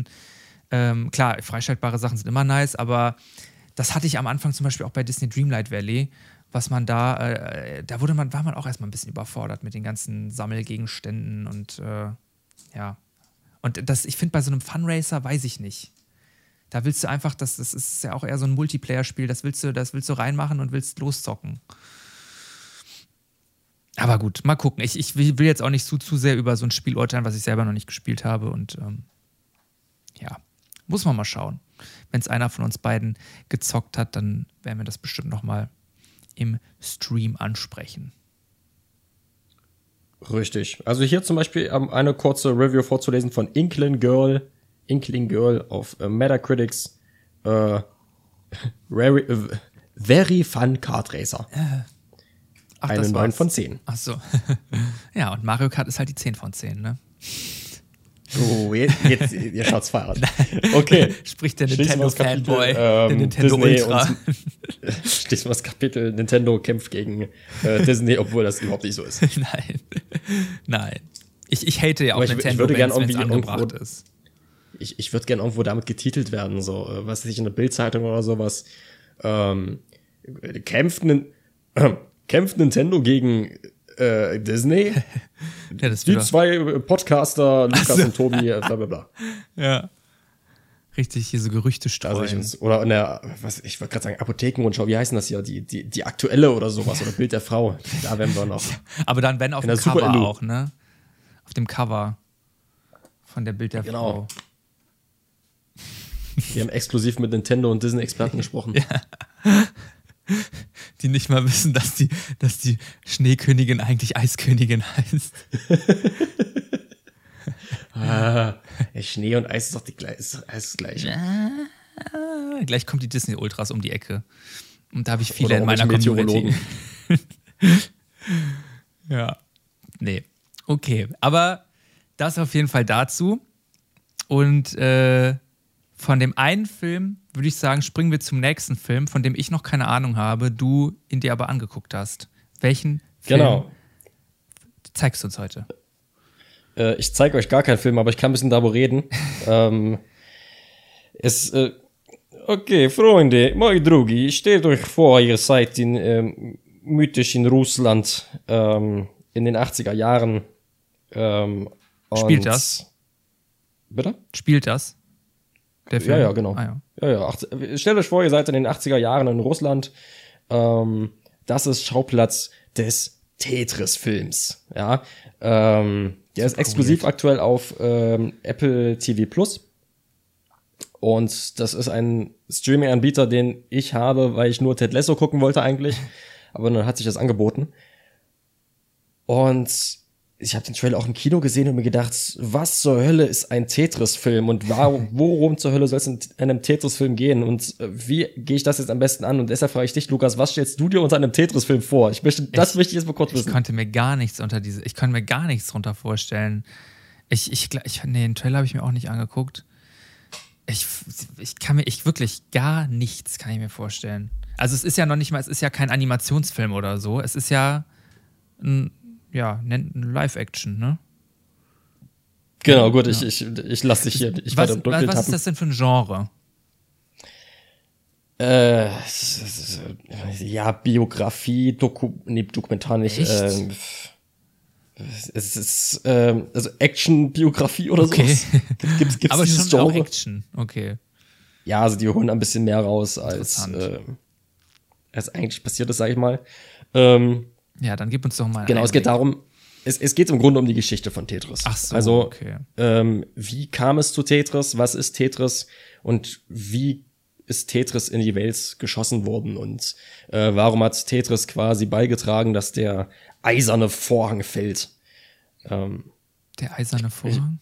S1: Klar, freischaltbare Sachen sind immer nice, aber das hatte ich am Anfang zum Beispiel auch bei Disney Dreamlight Valley was man da war man auch erstmal ein bisschen überfordert mit den ganzen Sammelgegenständen und ja. Und ich finde, bei so einem Funracer weiß ich nicht. Da willst du einfach, das ist ja auch eher so ein Multiplayer-Spiel, das willst du reinmachen und willst loszocken. Aber gut, mal gucken. Ich will jetzt auch nicht zu sehr über so ein Spiel urteilen, was ich selber noch nicht gespielt habe. Und ja, muss man mal schauen. Wenn es einer von uns beiden gezockt hat, dann werden wir das bestimmt noch mal im Stream ansprechen.
S2: Richtig. Also hier zum Beispiel eine kurze Review vorzulesen von Inkling Girl auf Metacritics. Very Fun Kart Racer. Eine 9 von 10.
S1: Ach so. Ja, und Mario Kart ist halt die 10 von 10, ne?
S2: Oh, jetzt ihr schaut's Fahrrad. Okay.
S1: Spricht der Nintendo-Fanboy, der Nintendo-Ultra.
S2: Schließen wir das Kapitel, Nintendo kämpft gegen Disney, obwohl das überhaupt nicht so ist.
S1: Nein. Ich hate ja auch Nintendo,
S2: ich würde gern
S1: wenn es angebracht ist.
S2: Ich würde gerne irgendwo damit getitelt werden, so, was weiß ich, in der Bildzeitung oder sowas. Kämpft Nintendo gegen Disney?
S1: Ja,
S2: die zwei Podcaster, Lukas und Tobi, bla bla bla.
S1: Ja. Richtig, hier so Gerüchte streuen.
S2: Oder in der, ich wollte gerade sagen, Apothekenrundschau, wie heißen das hier? Die aktuelle oder sowas, oder Bild der Frau. Da werden wir noch.
S1: Aber dann, wenn auf dem Cover auch, ne? Auf dem Cover von der Bild der Frau.
S2: Wir haben exklusiv mit Nintendo und Disney-Experten gesprochen.
S1: Ja. Die nicht mal wissen, dass die Schneekönigin eigentlich Eiskönigin heißt.
S2: Schnee und Eis ist doch ist das Gleiche.
S1: Gleich kommt die Disney Ultras um die Ecke. Und da habe ich viele in meiner Community. Ja. Nee. Okay. Aber das auf jeden Fall dazu. Und von dem einen Film würde ich sagen, springen wir zum nächsten Film, von dem ich noch keine Ahnung habe, du ihn dir aber angeguckt hast. Welchen Film zeigst du uns heute?
S2: Ich zeige euch gar keinen Film, aber ich kann ein bisschen darüber reden. Okay, Freunde, moi drugi, stellt euch vor, ihr seid mythisch in Russland in den 80er Jahren.
S1: Spielt das?
S2: Bitte?
S1: Spielt das? Der Film?
S2: Ja, genau. Ja. Stellt euch vor, ihr seid in den 80er Jahren in Russland. Das ist Schauplatz des Tetris-Films. Ja, der ist exklusiv aktuell auf Apple TV Plus. Und das ist ein Streaming-Anbieter, den ich habe, weil ich nur Ted Lasso gucken wollte eigentlich. Aber dann hat sich das angeboten. Und ich habe den Trailer auch im Kino gesehen und mir gedacht, was zur Hölle ist ein Tetris-Film und worum zur Hölle soll es in einem Tetris-Film gehen und wie gehe ich das jetzt am besten an? Und deshalb frage ich dich, Lukas, was stellst du dir unter einem Tetris-Film vor? Das möchte ich jetzt mal kurz wissen.
S1: Ich konnte mir gar nichts drunter vorstellen. Den Trailer habe ich mir auch nicht angeguckt. Wirklich gar nichts kann ich mir vorstellen. Also es ist ja noch nicht mal, es ist ja kein Animationsfilm oder so. Es ist ja ein Live-Action, ne?
S2: Genau, gut, ich lasse dich hier.
S1: Was ist das denn für ein Genre?
S2: Biografie, Dokumentar nicht.
S1: Echt?
S2: Es ist also Action-Biografie oder sowas. Gibt's
S1: aber
S2: dieses
S1: schon
S2: Genre?
S1: auch Action, okay.
S2: Ja, also die holen ein bisschen mehr raus, als eigentlich passiert ist, sag ich mal.
S1: Ja, dann gib uns doch mal einen
S2: Genau,
S1: Einblick.
S2: es geht darum, es geht im Grunde um die Geschichte von Tetris.
S1: Ach so,
S2: also,
S1: okay.
S2: Wie kam es zu Tetris? Was ist Tetris? Und wie ist Tetris in die Welt geschossen worden? Und warum hat Tetris quasi beigetragen, dass der eiserne Vorhang fällt?
S1: Der eiserne Vorhang?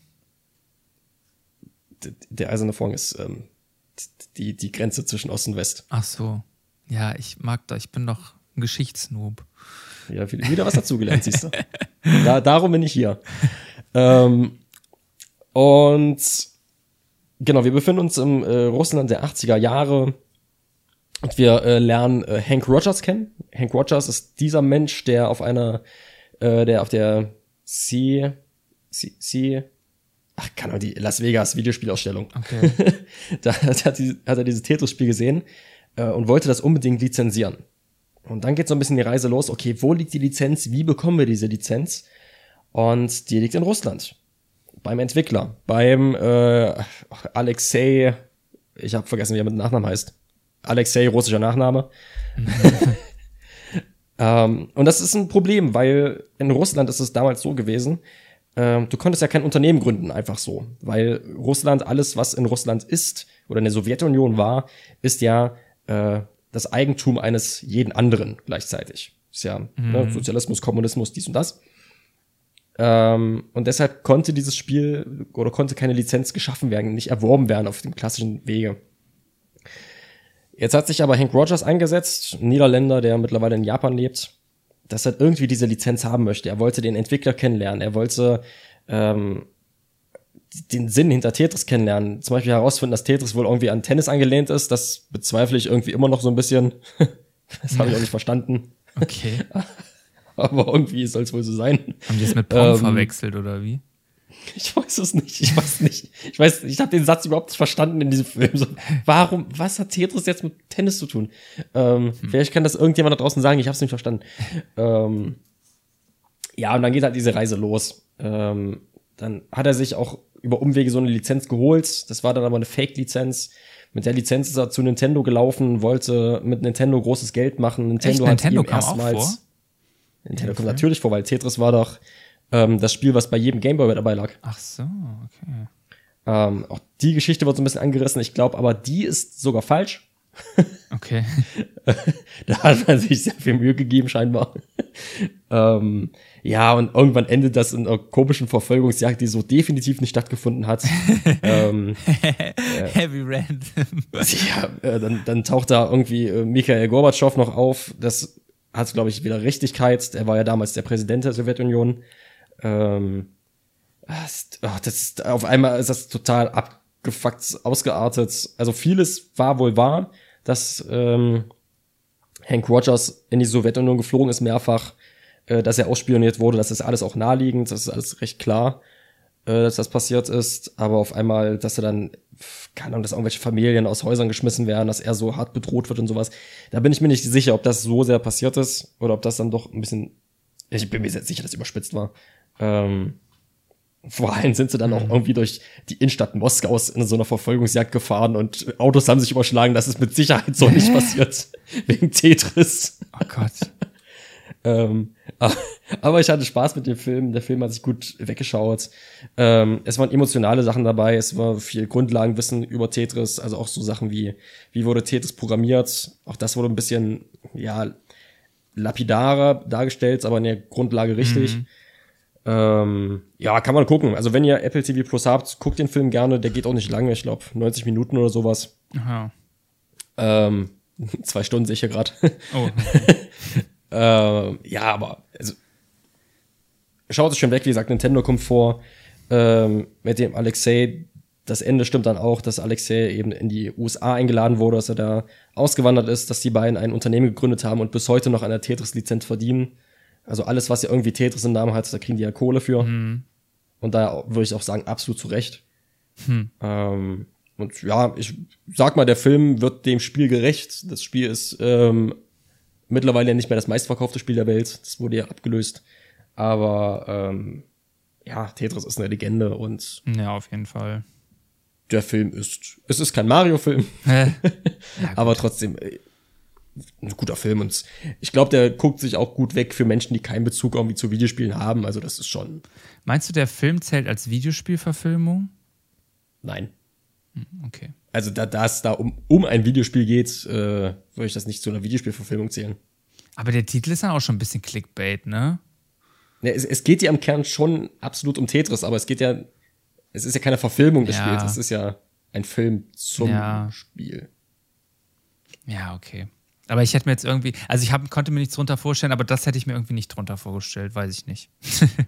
S2: Der eiserne Vorhang ist die Grenze zwischen Ost und West.
S1: Ach so. Ja, ich bin doch ein Geschichtsnoob.
S2: Ja, wieder was dazugelernt, siehst du. Darum bin ich hier. Und genau, wir befinden uns im Russland der 80er Jahre und wir lernen Hank Rogers kennen. Hank Rogers ist dieser Mensch, der auf der die Las Vegas Videospielausstellung.
S1: Okay.
S2: Da hat er dieses Tetris-Spiel gesehen und wollte das unbedingt lizenzieren. Und dann geht so ein bisschen die Reise los. Okay, wo liegt die Lizenz? Wie bekommen wir diese Lizenz? Und die liegt in Russland. Beim Entwickler. Beim Alexei, ich habe vergessen, wie er mit Nachnamen heißt. Alexei, russischer Nachname. Und das ist ein Problem, weil in Russland ist es damals so gewesen, du konntest ja kein Unternehmen gründen, einfach so. Weil Russland, alles, was in Russland ist oder in der Sowjetunion war, ist ja das Eigentum eines jeden anderen gleichzeitig. Ist ja Sozialismus, Kommunismus, dies und das. Und deshalb konnte dieses Spiel oder konnte keine Lizenz geschaffen werden, nicht erworben werden auf dem klassischen Wege. Jetzt hat sich aber Hank Rogers eingesetzt, ein Niederländer, der mittlerweile in Japan lebt, dass er irgendwie diese Lizenz haben möchte. Er wollte den Entwickler kennenlernen, er wollte den Sinn hinter Tetris kennenlernen. Zum Beispiel herausfinden, dass Tetris wohl irgendwie an Tennis angelehnt ist. Das bezweifle ich irgendwie immer noch so ein bisschen. Das habe ich auch nicht verstanden.
S1: Okay.
S2: Aber irgendwie soll es wohl so sein.
S1: Haben die es mit Pong verwechselt oder wie?
S2: Ich weiß es nicht. Ich habe den Satz überhaupt nicht verstanden in diesem Film. So, was hat Tetris jetzt mit Tennis zu tun? Vielleicht kann das irgendjemand da draußen sagen, ich habe es nicht verstanden. Ja, und dann geht halt diese Reise los. Dann hat er sich auch über Umwege so eine Lizenz geholt. Das war dann aber eine Fake-Lizenz. Mit der Lizenz ist er zu Nintendo gelaufen, wollte mit Nintendo großes Geld machen. Nintendo hat ihm
S1: kam
S2: erstmals.
S1: auch vor?
S2: Nintendo kommt natürlich vor, weil Tetris war doch das Spiel, was bei jedem Gameboy dabei lag.
S1: Ach so, okay.
S2: Auch die Geschichte wird so ein bisschen angerissen. Ich glaube, aber die ist sogar falsch.
S1: Okay.
S2: Da hat man sich sehr viel Mühe gegeben, scheinbar. Ja, und irgendwann endet das in einer komischen Verfolgungsjagd, die so definitiv nicht stattgefunden hat.
S1: Heavy Random.
S2: Ja, dann taucht da irgendwie Michail Gorbatschow noch auf. Das hat, glaube ich, wieder Richtigkeit. Er war ja damals der Präsident der Sowjetunion. Auf einmal ist das total abgefuckt, ausgeartet. Also vieles war wohl wahr, dass Hank Rogers in die Sowjetunion geflogen ist mehrfach, dass er ausspioniert wurde, das ist alles auch naheliegend, das ist alles recht klar, dass das passiert ist, aber auf einmal, dass er dann, keine Ahnung, dass irgendwelche Familien aus Häusern geschmissen werden, dass er so hart bedroht wird und sowas, da bin ich mir nicht sicher, ob das so sehr passiert ist oder ob das dann doch ein bisschen, ich bin mir sehr sicher, dass es überspitzt war. Vor allem sind sie dann auch irgendwie durch die Innenstadt Moskaus in so einer Verfolgungsjagd gefahren und Autos haben sich überschlagen. Das ist mit Sicherheit so nicht passiert. Wegen Tetris.
S1: Oh Gott.
S2: Aber ich hatte Spaß mit dem Film. Der Film hat sich gut weggeschaut. Es waren emotionale Sachen dabei. Es war viel Grundlagenwissen über Tetris. Also auch so Sachen wie wurde Tetris programmiert. Auch das wurde ein bisschen, ja, lapidarer dargestellt, aber in der Grundlage richtig. Ja, kann man gucken. Also wenn ihr Apple TV Plus habt, guckt den Film gerne. Der geht auch nicht lange. Ich glaube 90 Minuten oder sowas.
S1: Aha.
S2: 2 Stunden sehe ich hier gerade.
S1: Oh.
S2: Ja, aber also, schaut es schon weg. Wie gesagt, Nintendo kommt vor. Mit dem Alexei. Das Ende stimmt dann auch, dass Alexei eben in die USA eingeladen wurde, dass er da ausgewandert ist, dass die beiden ein Unternehmen gegründet haben und bis heute noch an der Tetris-Lizenz verdienen. Also alles, was ja irgendwie Tetris im Namen hat, da kriegen die ja Kohle für. Und da würde ich auch sagen, absolut zu Recht. Und ja, ich sag mal, der Film wird dem Spiel gerecht. Das Spiel ist mittlerweile nicht mehr das meistverkaufte Spiel der Welt. Das wurde ja abgelöst. Aber ja, Tetris ist eine Legende und
S1: ja, auf jeden Fall.
S2: Der Film es ist kein Mario-Film,
S1: Ja,
S2: aber trotzdem ein guter Film und ich glaube, der guckt sich auch gut weg für Menschen, die keinen Bezug irgendwie zu Videospielen haben. Also das ist schon.
S1: Meinst du, der Film zählt als Videospielverfilmung?
S2: Nein.
S1: Okay.
S2: Also da es da um ein Videospiel geht, würde ich das nicht zu einer Videospielverfilmung zählen.
S1: Aber der Titel ist dann auch schon ein bisschen Clickbait, ne?
S2: Ja, es geht ja im Kern schon absolut um Tetris, aber es ist ja keine Verfilmung des Spiels, es ist ja ein Film zum Spiel. Ja,
S1: okay. Aber ich hätte mir jetzt irgendwie, also konnte mir nichts drunter vorstellen, aber das hätte ich mir irgendwie nicht drunter vorgestellt, weiß ich nicht.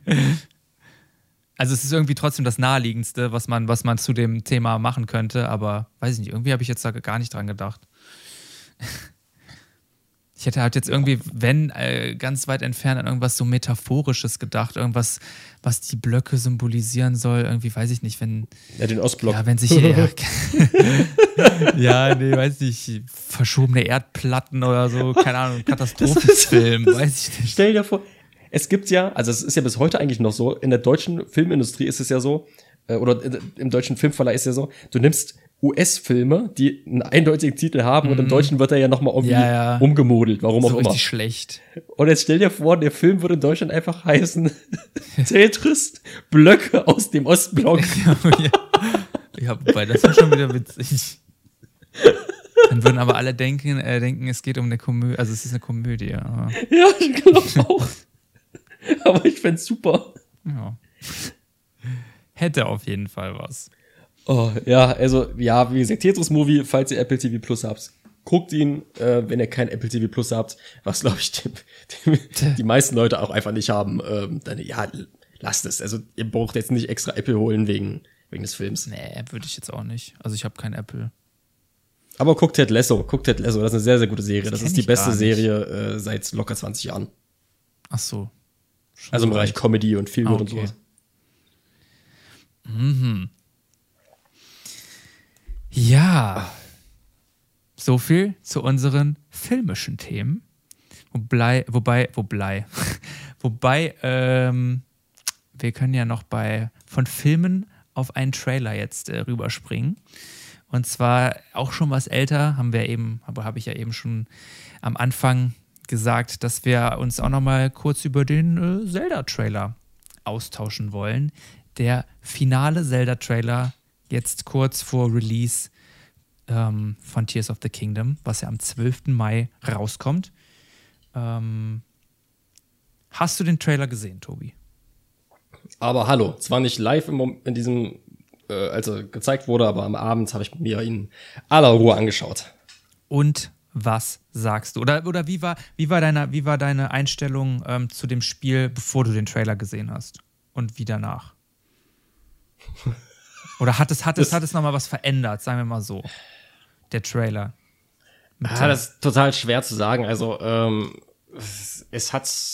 S1: Also es ist irgendwie trotzdem das Naheliegendste, was man zu dem Thema machen könnte, aber weiß ich nicht, irgendwie habe ich jetzt da gar nicht dran gedacht. Ich hätte halt jetzt irgendwie, wenn, ganz weit entfernt an irgendwas so Metaphorisches gedacht. Irgendwas, was die Blöcke symbolisieren soll. Irgendwie, weiß ich nicht, wenn...
S2: Ja, den Ostblock.
S1: Ja, wenn sich... ja, nee, weiß nicht. Verschobene Erdplatten oder so. Keine Ahnung, Katastrophenfilm. Weiß ich nicht.
S2: Stell dir vor, es gibt ja, also es ist ja bis heute eigentlich noch so, in der deutschen Filmindustrie ist es ja so, oder im deutschen Filmverleih ist es ja so, du nimmst US-Filme, die einen eindeutigen Titel haben und im Deutschen wird er ja nochmal irgendwie umgemodelt, warum
S1: so
S2: auch immer.
S1: Richtig schlecht.
S2: Und jetzt stell dir vor, der Film würde in Deutschland einfach heißen Tetris, Blöcke aus dem Ostblock.
S1: Ja, wobei, das ist schon wieder witzig. Dann würden aber alle denken, es geht um eine Komödie, also es ist eine Komödie. Aber
S2: ja, ich glaube auch. Aber ich fänd's super.
S1: Ja. Hätte auf jeden Fall was.
S2: Oh, ja, also, ja, wie gesagt, Tetris-Movie, falls ihr Apple TV Plus habt, guckt ihn, wenn ihr kein Apple TV Plus habt, was, glaube ich, die meisten Leute auch einfach nicht haben, dann, ja, lasst es. Also, ihr braucht jetzt nicht extra Apple holen wegen des Films.
S1: Nee, würde ich jetzt auch nicht. Also, ich habe kein Apple.
S2: Aber guckt Ted Lasso, das ist eine sehr, sehr gute Serie. Das ist die beste
S1: gar nicht.
S2: Serie seit locker 20 Jahren.
S1: Ach so.
S2: Also im Bereich Comedy und Feelgood und sowas.
S1: Mhm. Ja, so viel zu unseren filmischen Themen. Wobei, wir können ja noch von Filmen auf einen Trailer jetzt rüberspringen. Und zwar auch schon was älter, habe ich ja eben schon am Anfang gesagt, dass wir uns auch noch mal kurz über den Zelda-Trailer austauschen wollen. Der finale Zelda-Trailer jetzt kurz vor Release von Tears of the Kingdom, was ja am 12. Mai rauskommt. Hast du den Trailer gesehen, Tobi?
S2: Aber hallo, zwar nicht live in diesem, als er gezeigt wurde, aber am Abend habe ich mir ihn aller Ruhe angeschaut.
S1: Und was sagst du? Oder wie war deine Einstellung zu dem Spiel, bevor du den Trailer gesehen hast? Und wie danach? Oder hat es nochmal was verändert, sagen wir mal so? Der Trailer.
S2: Das ist total schwer zu sagen. Also, es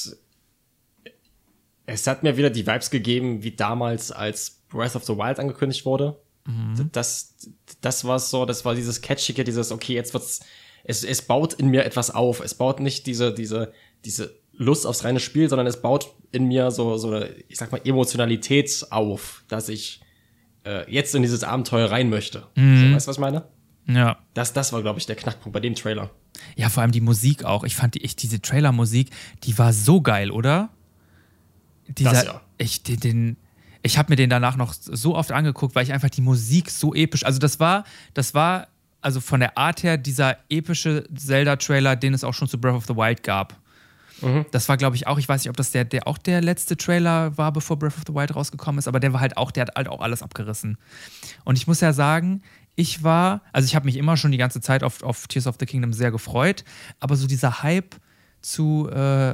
S2: hat mir wieder die Vibes gegeben, wie damals, als Breath of the Wild angekündigt wurde. Mhm. Das war so, das war dieses Catchige, dieses, okay, jetzt wird's, es baut in mir etwas auf. Es baut nicht diese Lust aufs reine Spiel, sondern es baut in mir so ich sag mal, Emotionalität auf, dass ich jetzt in dieses Abenteuer rein möchte.
S1: Mhm.
S2: So, weißt du, was ich meine?
S1: Ja.
S2: Das war, glaube ich, der Knackpunkt bei dem Trailer.
S1: Ja, vor allem die Musik auch. Ich fand diese Trailer-Musik, die war so geil, oder? Ich habe mir den danach noch so oft angeguckt, weil ich einfach die Musik so episch, also das war also von der Art her dieser epische Zelda-Trailer, den es auch schon zu Breath of the Wild gab. Mhm. Das war, glaube ich, auch, ich weiß nicht, ob das der letzte Trailer war, bevor Breath of the Wild rausgekommen ist, aber der hat halt auch alles abgerissen. Und ich muss ja sagen, ich habe mich immer schon die ganze Zeit auf Tears of the Kingdom sehr gefreut, aber so dieser Hype zu,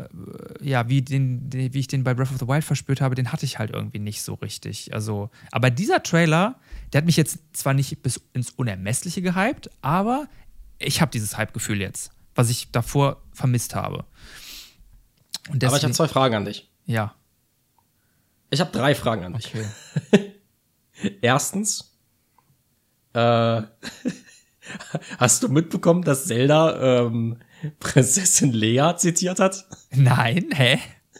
S1: wie ich den bei Breath of the Wild verspürt habe, den hatte ich halt irgendwie nicht so richtig. Also, aber dieser Trailer, der hat mich jetzt zwar nicht bis ins Unermessliche gehypt, aber ich habe dieses Hype-Gefühl jetzt, was ich davor vermisst habe. Und deswegen,
S2: aber ich habe 2 Fragen an dich.
S1: Ja.
S2: Ich habe 3 Fragen an dich.
S1: Okay.
S2: Erstens, hast du mitbekommen, dass Zelda Prinzessin Lea zitiert hat?
S1: Nein, hä?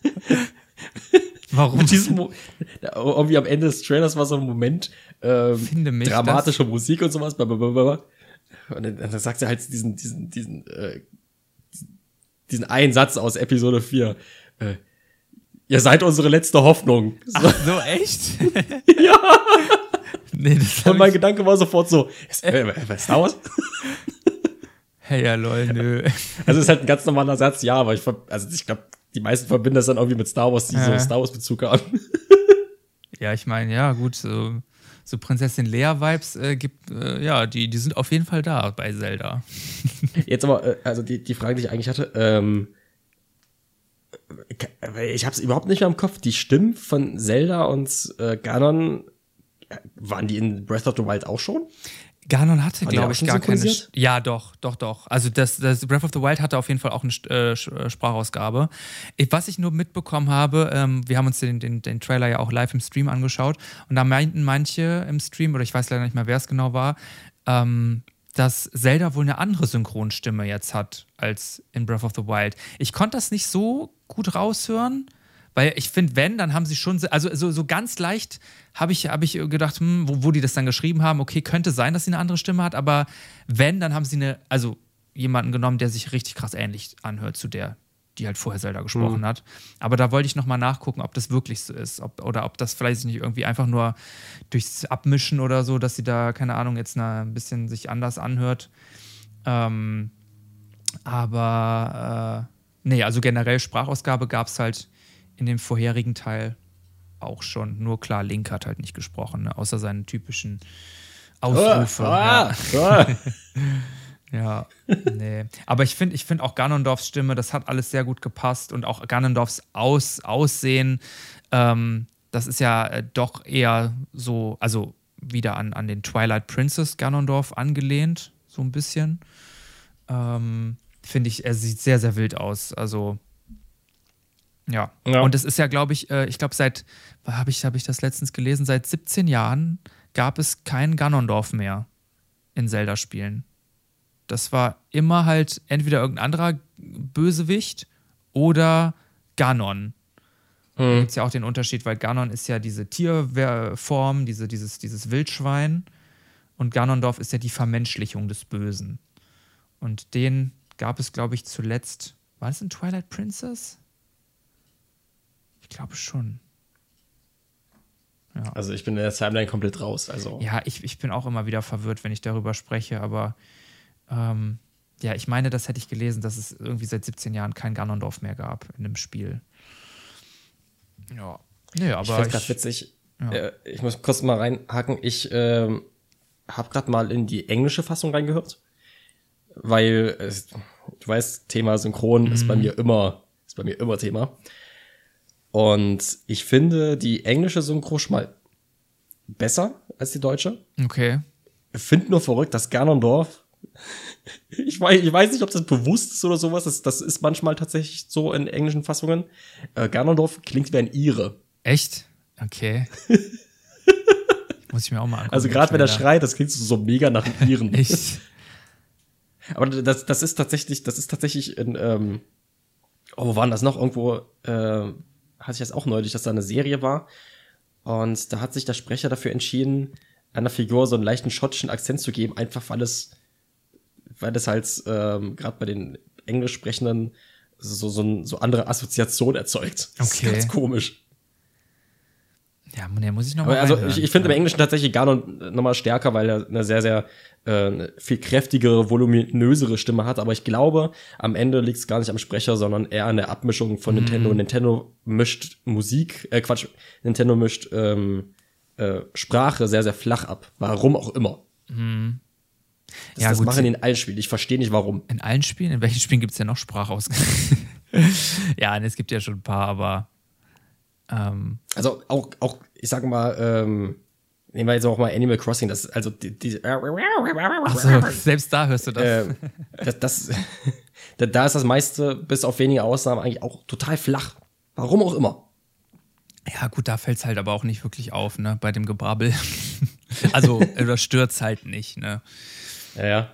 S1: Warum?
S2: Irgendwie am Ende des Trailers war so ein Moment, dramatische Musik und sowas. Und dann sagt er halt diesen einen Satz aus Episode 4. Ihr seid unsere letzte Hoffnung. So.
S1: Ach so, echt?
S2: Ja.
S1: Nee,
S2: und mein Gedanke war sofort so, Star Wars?
S1: Hey, ja, lol, nö.
S2: Also es ist halt ein ganz normaler Satz, ja, aber ich glaube, die meisten verbinden das dann irgendwie mit Star Wars, die so Star Wars-Bezug haben.
S1: Ja, ich meine, ja, gut, so Prinzessin Leia-Vibes die sind auf jeden Fall da bei Zelda. Jetzt
S2: aber, also die Frage, die ich eigentlich hatte, ich habe es überhaupt nicht mehr im Kopf, die Stimmen von Zelda und Ganon, waren die in Breath of the Wild auch schon?
S1: Ganon hatte,
S2: War die
S1: glaube
S2: auch
S1: ich,
S2: schon
S1: gar keine.
S2: synchronisiert?
S1: Ja, doch. Also das Breath of the Wild hatte auf jeden Fall auch eine Sprachausgabe. Was ich nur mitbekommen habe, wir haben uns den Trailer ja auch live im Stream angeschaut und da meinten manche im Stream, oder ich weiß leider nicht mehr, wer es genau war, dass Zelda wohl eine andere Synchronstimme jetzt hat als in Breath of the Wild. Ich konnte das nicht so gut raushören, weil ich finde, dann haben sie schon, also so ganz leicht habe ich gedacht, wo die das dann geschrieben haben, okay, könnte sein, dass sie eine andere Stimme hat, aber dann haben sie jemanden genommen, der sich richtig krass ähnlich anhört zu der, die halt vorher Zelda gesprochen hat. Aber da wollte ich nochmal nachgucken, ob das wirklich so ist, oder ob das vielleicht nicht irgendwie einfach nur durchs Abmischen oder so, dass sie da, keine Ahnung, jetzt ein bisschen sich anders anhört. Nee, also generell Sprachausgabe gab es halt in dem vorherigen Teil auch schon. Nur klar, Link hat halt nicht gesprochen, ne? Außer seinen typischen Ausrufe. Ja, nee. Aber ich finde auch Ganondorfs Stimme, das hat alles sehr gut gepasst und auch Ganondorfs Aussehen, das ist ja doch eher so, also wieder an den Twilight Princess Ganondorf angelehnt, so ein bisschen. Finde ich, er sieht sehr, sehr wild aus. Also, ja. Und es ist ja, glaube ich glaube, habe ich das letztens gelesen, seit 17 Jahren gab es kein Ganondorf mehr in Zelda-Spielen. Das war immer halt entweder irgendein anderer Bösewicht oder Ganon. Da gibt es ja auch den Unterschied, weil Ganon ist ja diese Tierform, dieses Wildschwein und Ganondorf ist ja die Vermenschlichung des Bösen. Und den gab es, glaube ich, zuletzt. War es in Twilight Princess? Ich glaube schon. Ja.
S2: Also ich bin in der Timeline komplett raus. Also.
S1: Ja, ich bin auch immer wieder verwirrt, wenn ich darüber spreche, aber ja, ich meine, das hätte ich gelesen, dass es irgendwie seit 17 Jahren kein Ganondorf mehr gab in dem Spiel. Ja. Nee, aber
S2: ich finde es gerade witzig.
S1: Ja.
S2: Ich muss kurz mal reinhaken. Ich habe gerade mal in die englische Fassung reingehört, weil du weißt, Thema Synchron ist bei mir immer Thema. Und ich finde die englische Synchro schon mal besser als die deutsche.
S1: Okay.
S2: Ich finde nur verrückt, dass Ganondorf ich weiß nicht, ob das bewusst ist oder sowas. Das ist manchmal tatsächlich so in englischen Fassungen. Ganondorf klingt wie ein Ire.
S1: Echt? Okay. Muss ich mir auch mal angucken.
S2: Also gerade wenn er schreit, das klingt so mega nach einem Iren.
S1: Echt?
S2: Aber das ist tatsächlich in, wo war denn das noch? Irgendwo hatte ich das auch neulich, dass da eine Serie war. Und da hat sich der Sprecher dafür entschieden, einer Figur so einen leichten schottischen Akzent zu geben, einfach weil es halt gerade bei den Englisch Sprechenden so andere Assoziationen erzeugt. Das ist ganz komisch.
S1: Ja, muss ich noch mal
S2: Also
S1: reinhören.
S2: ich finde im Englischen tatsächlich Ganon noch mal stärker, weil er eine sehr, sehr viel kräftigere, voluminösere Stimme hat. Aber ich glaube, am Ende liegt es gar nicht am Sprecher, sondern eher an der Abmischung von Nintendo. Nintendo mischt Nintendo mischt Sprache sehr, sehr flach ab. Warum auch immer. Das machen die in allen Spielen. Ich verstehe nicht, warum.
S1: In allen Spielen? In welchen Spielen gibt es denn noch Sprachausgaben? Ja, es gibt ja schon ein paar, aber
S2: also auch, ich sage mal, nehmen wir jetzt auch mal Animal Crossing, das ist also
S1: also, selbst da hörst du das.
S2: Da ist das meiste, bis auf wenige Ausnahmen, eigentlich auch total flach. Warum auch immer.
S1: Ja, gut, da fällt es halt aber auch nicht wirklich auf, ne, bei dem Gebrabbel. Also, oder stört's halt nicht, ne.
S2: Ja.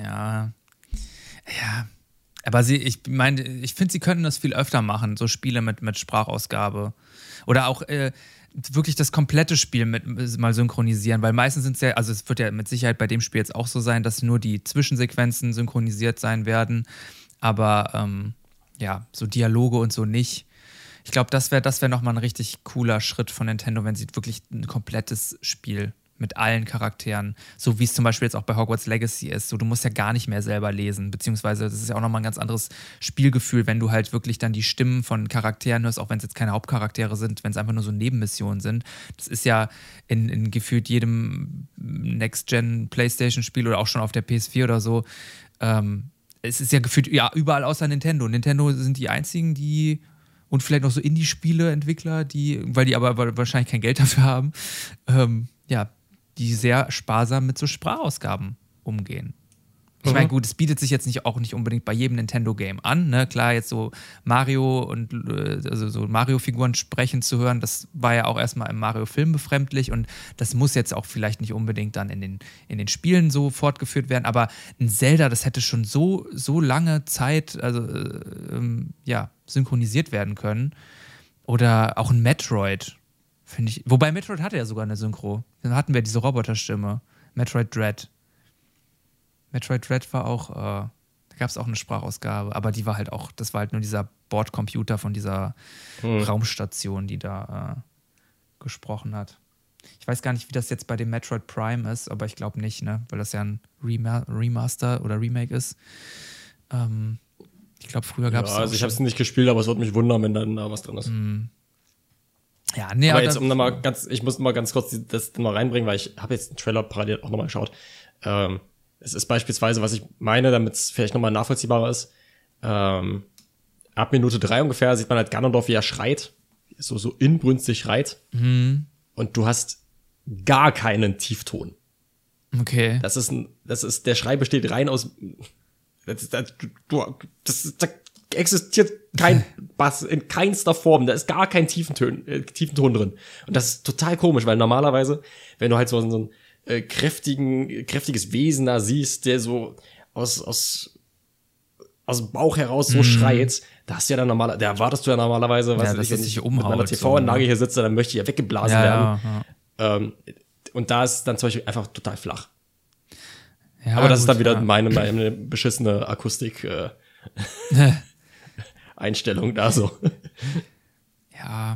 S1: Aber ich finde, sie könnten das viel öfter machen, so Spiele mit Sprachausgabe. Oder auch wirklich das komplette Spiel mal synchronisieren, weil meistens sind es ja, also es wird ja mit Sicherheit bei dem Spiel jetzt auch so sein, dass nur die Zwischensequenzen synchronisiert sein werden, aber ja, so Dialoge und so nicht. Ich glaube, das wär nochmal ein richtig cooler Schritt von Nintendo, wenn sie wirklich ein komplettes Spiel mit allen Charakteren, so wie es zum Beispiel jetzt auch bei Hogwarts Legacy ist. So, du musst ja gar nicht mehr selber lesen, beziehungsweise das ist ja auch nochmal ein ganz anderes Spielgefühl, wenn du halt wirklich dann die Stimmen von Charakteren hörst, auch wenn es jetzt keine Hauptcharaktere sind, wenn es einfach nur so Nebenmissionen sind. Das ist ja in gefühlt jedem Next-Gen-Playstation-Spiel oder auch schon auf der PS4 oder so, es ist ja gefühlt überall außer Nintendo. Nintendo sind die einzigen, die und vielleicht noch so Indie-Spiele-Entwickler, weil die aber wahrscheinlich kein Geld dafür haben, die sehr sparsam mit so Sprachausgaben umgehen. Ich meine, gut, es bietet sich jetzt auch nicht unbedingt bei jedem Nintendo-Game an, ne? Klar, jetzt so Mario und also so Mario-Figuren sprechen zu hören, das war ja auch erstmal im Mario-Film befremdlich und das muss jetzt auch vielleicht nicht unbedingt dann in den Spielen so fortgeführt werden, aber ein Zelda, das hätte schon so lange Zeit, also synchronisiert werden können. Oder auch ein Metroid, finde ich. Wobei Metroid hatte ja sogar eine Synchro. Dann hatten wir diese Roboterstimme. Metroid Dread. Metroid Dread war auch, da gab es auch eine Sprachausgabe, aber die war halt auch, das war halt nur dieser Bordcomputer von dieser Raumstation, die da gesprochen hat. Ich weiß gar nicht, wie das jetzt bei dem Metroid Prime ist, aber ich glaube nicht, ne? Weil das ja ein Remaster oder Remake ist. Ich glaube, früher gab es.
S2: Ja, also ich habe es nicht gespielt, aber es würde mich wundern, wenn dann da was drin ist.
S1: Ja, nee,
S2: aber jetzt, ich muss mal ganz kurz das mal reinbringen, weil ich habe jetzt den Trailer parallel auch nochmal geschaut. Es ist beispielsweise, was ich meine, damit es vielleicht nochmal nachvollziehbarer ist, ab Minute 3 ungefähr sieht man halt Ganondorf, wie er schreit, so inbrünstig schreit. Und du hast gar keinen Tiefton.
S1: Okay.
S2: Der Schrei besteht rein aus, da existiert kein Bass in keinster Form, da ist gar kein Tiefenton drin. Und das ist total komisch, weil normalerweise, wenn du halt so ein kräftiges Wesen da siehst, der so aus dem Bauch heraus so schreit, da erwartest du ja normalerweise,
S1: dass es sich umhaut.
S2: Mit meiner TV-Anlage hier sitze, dann möchte ich ja weggeblasen werden.
S1: Ja.
S2: Und da ist dann zum Beispiel einfach total flach.
S1: Ja,
S2: aber das ist dann wieder meine beschissene Akustik Einstellung da so.
S1: Ja.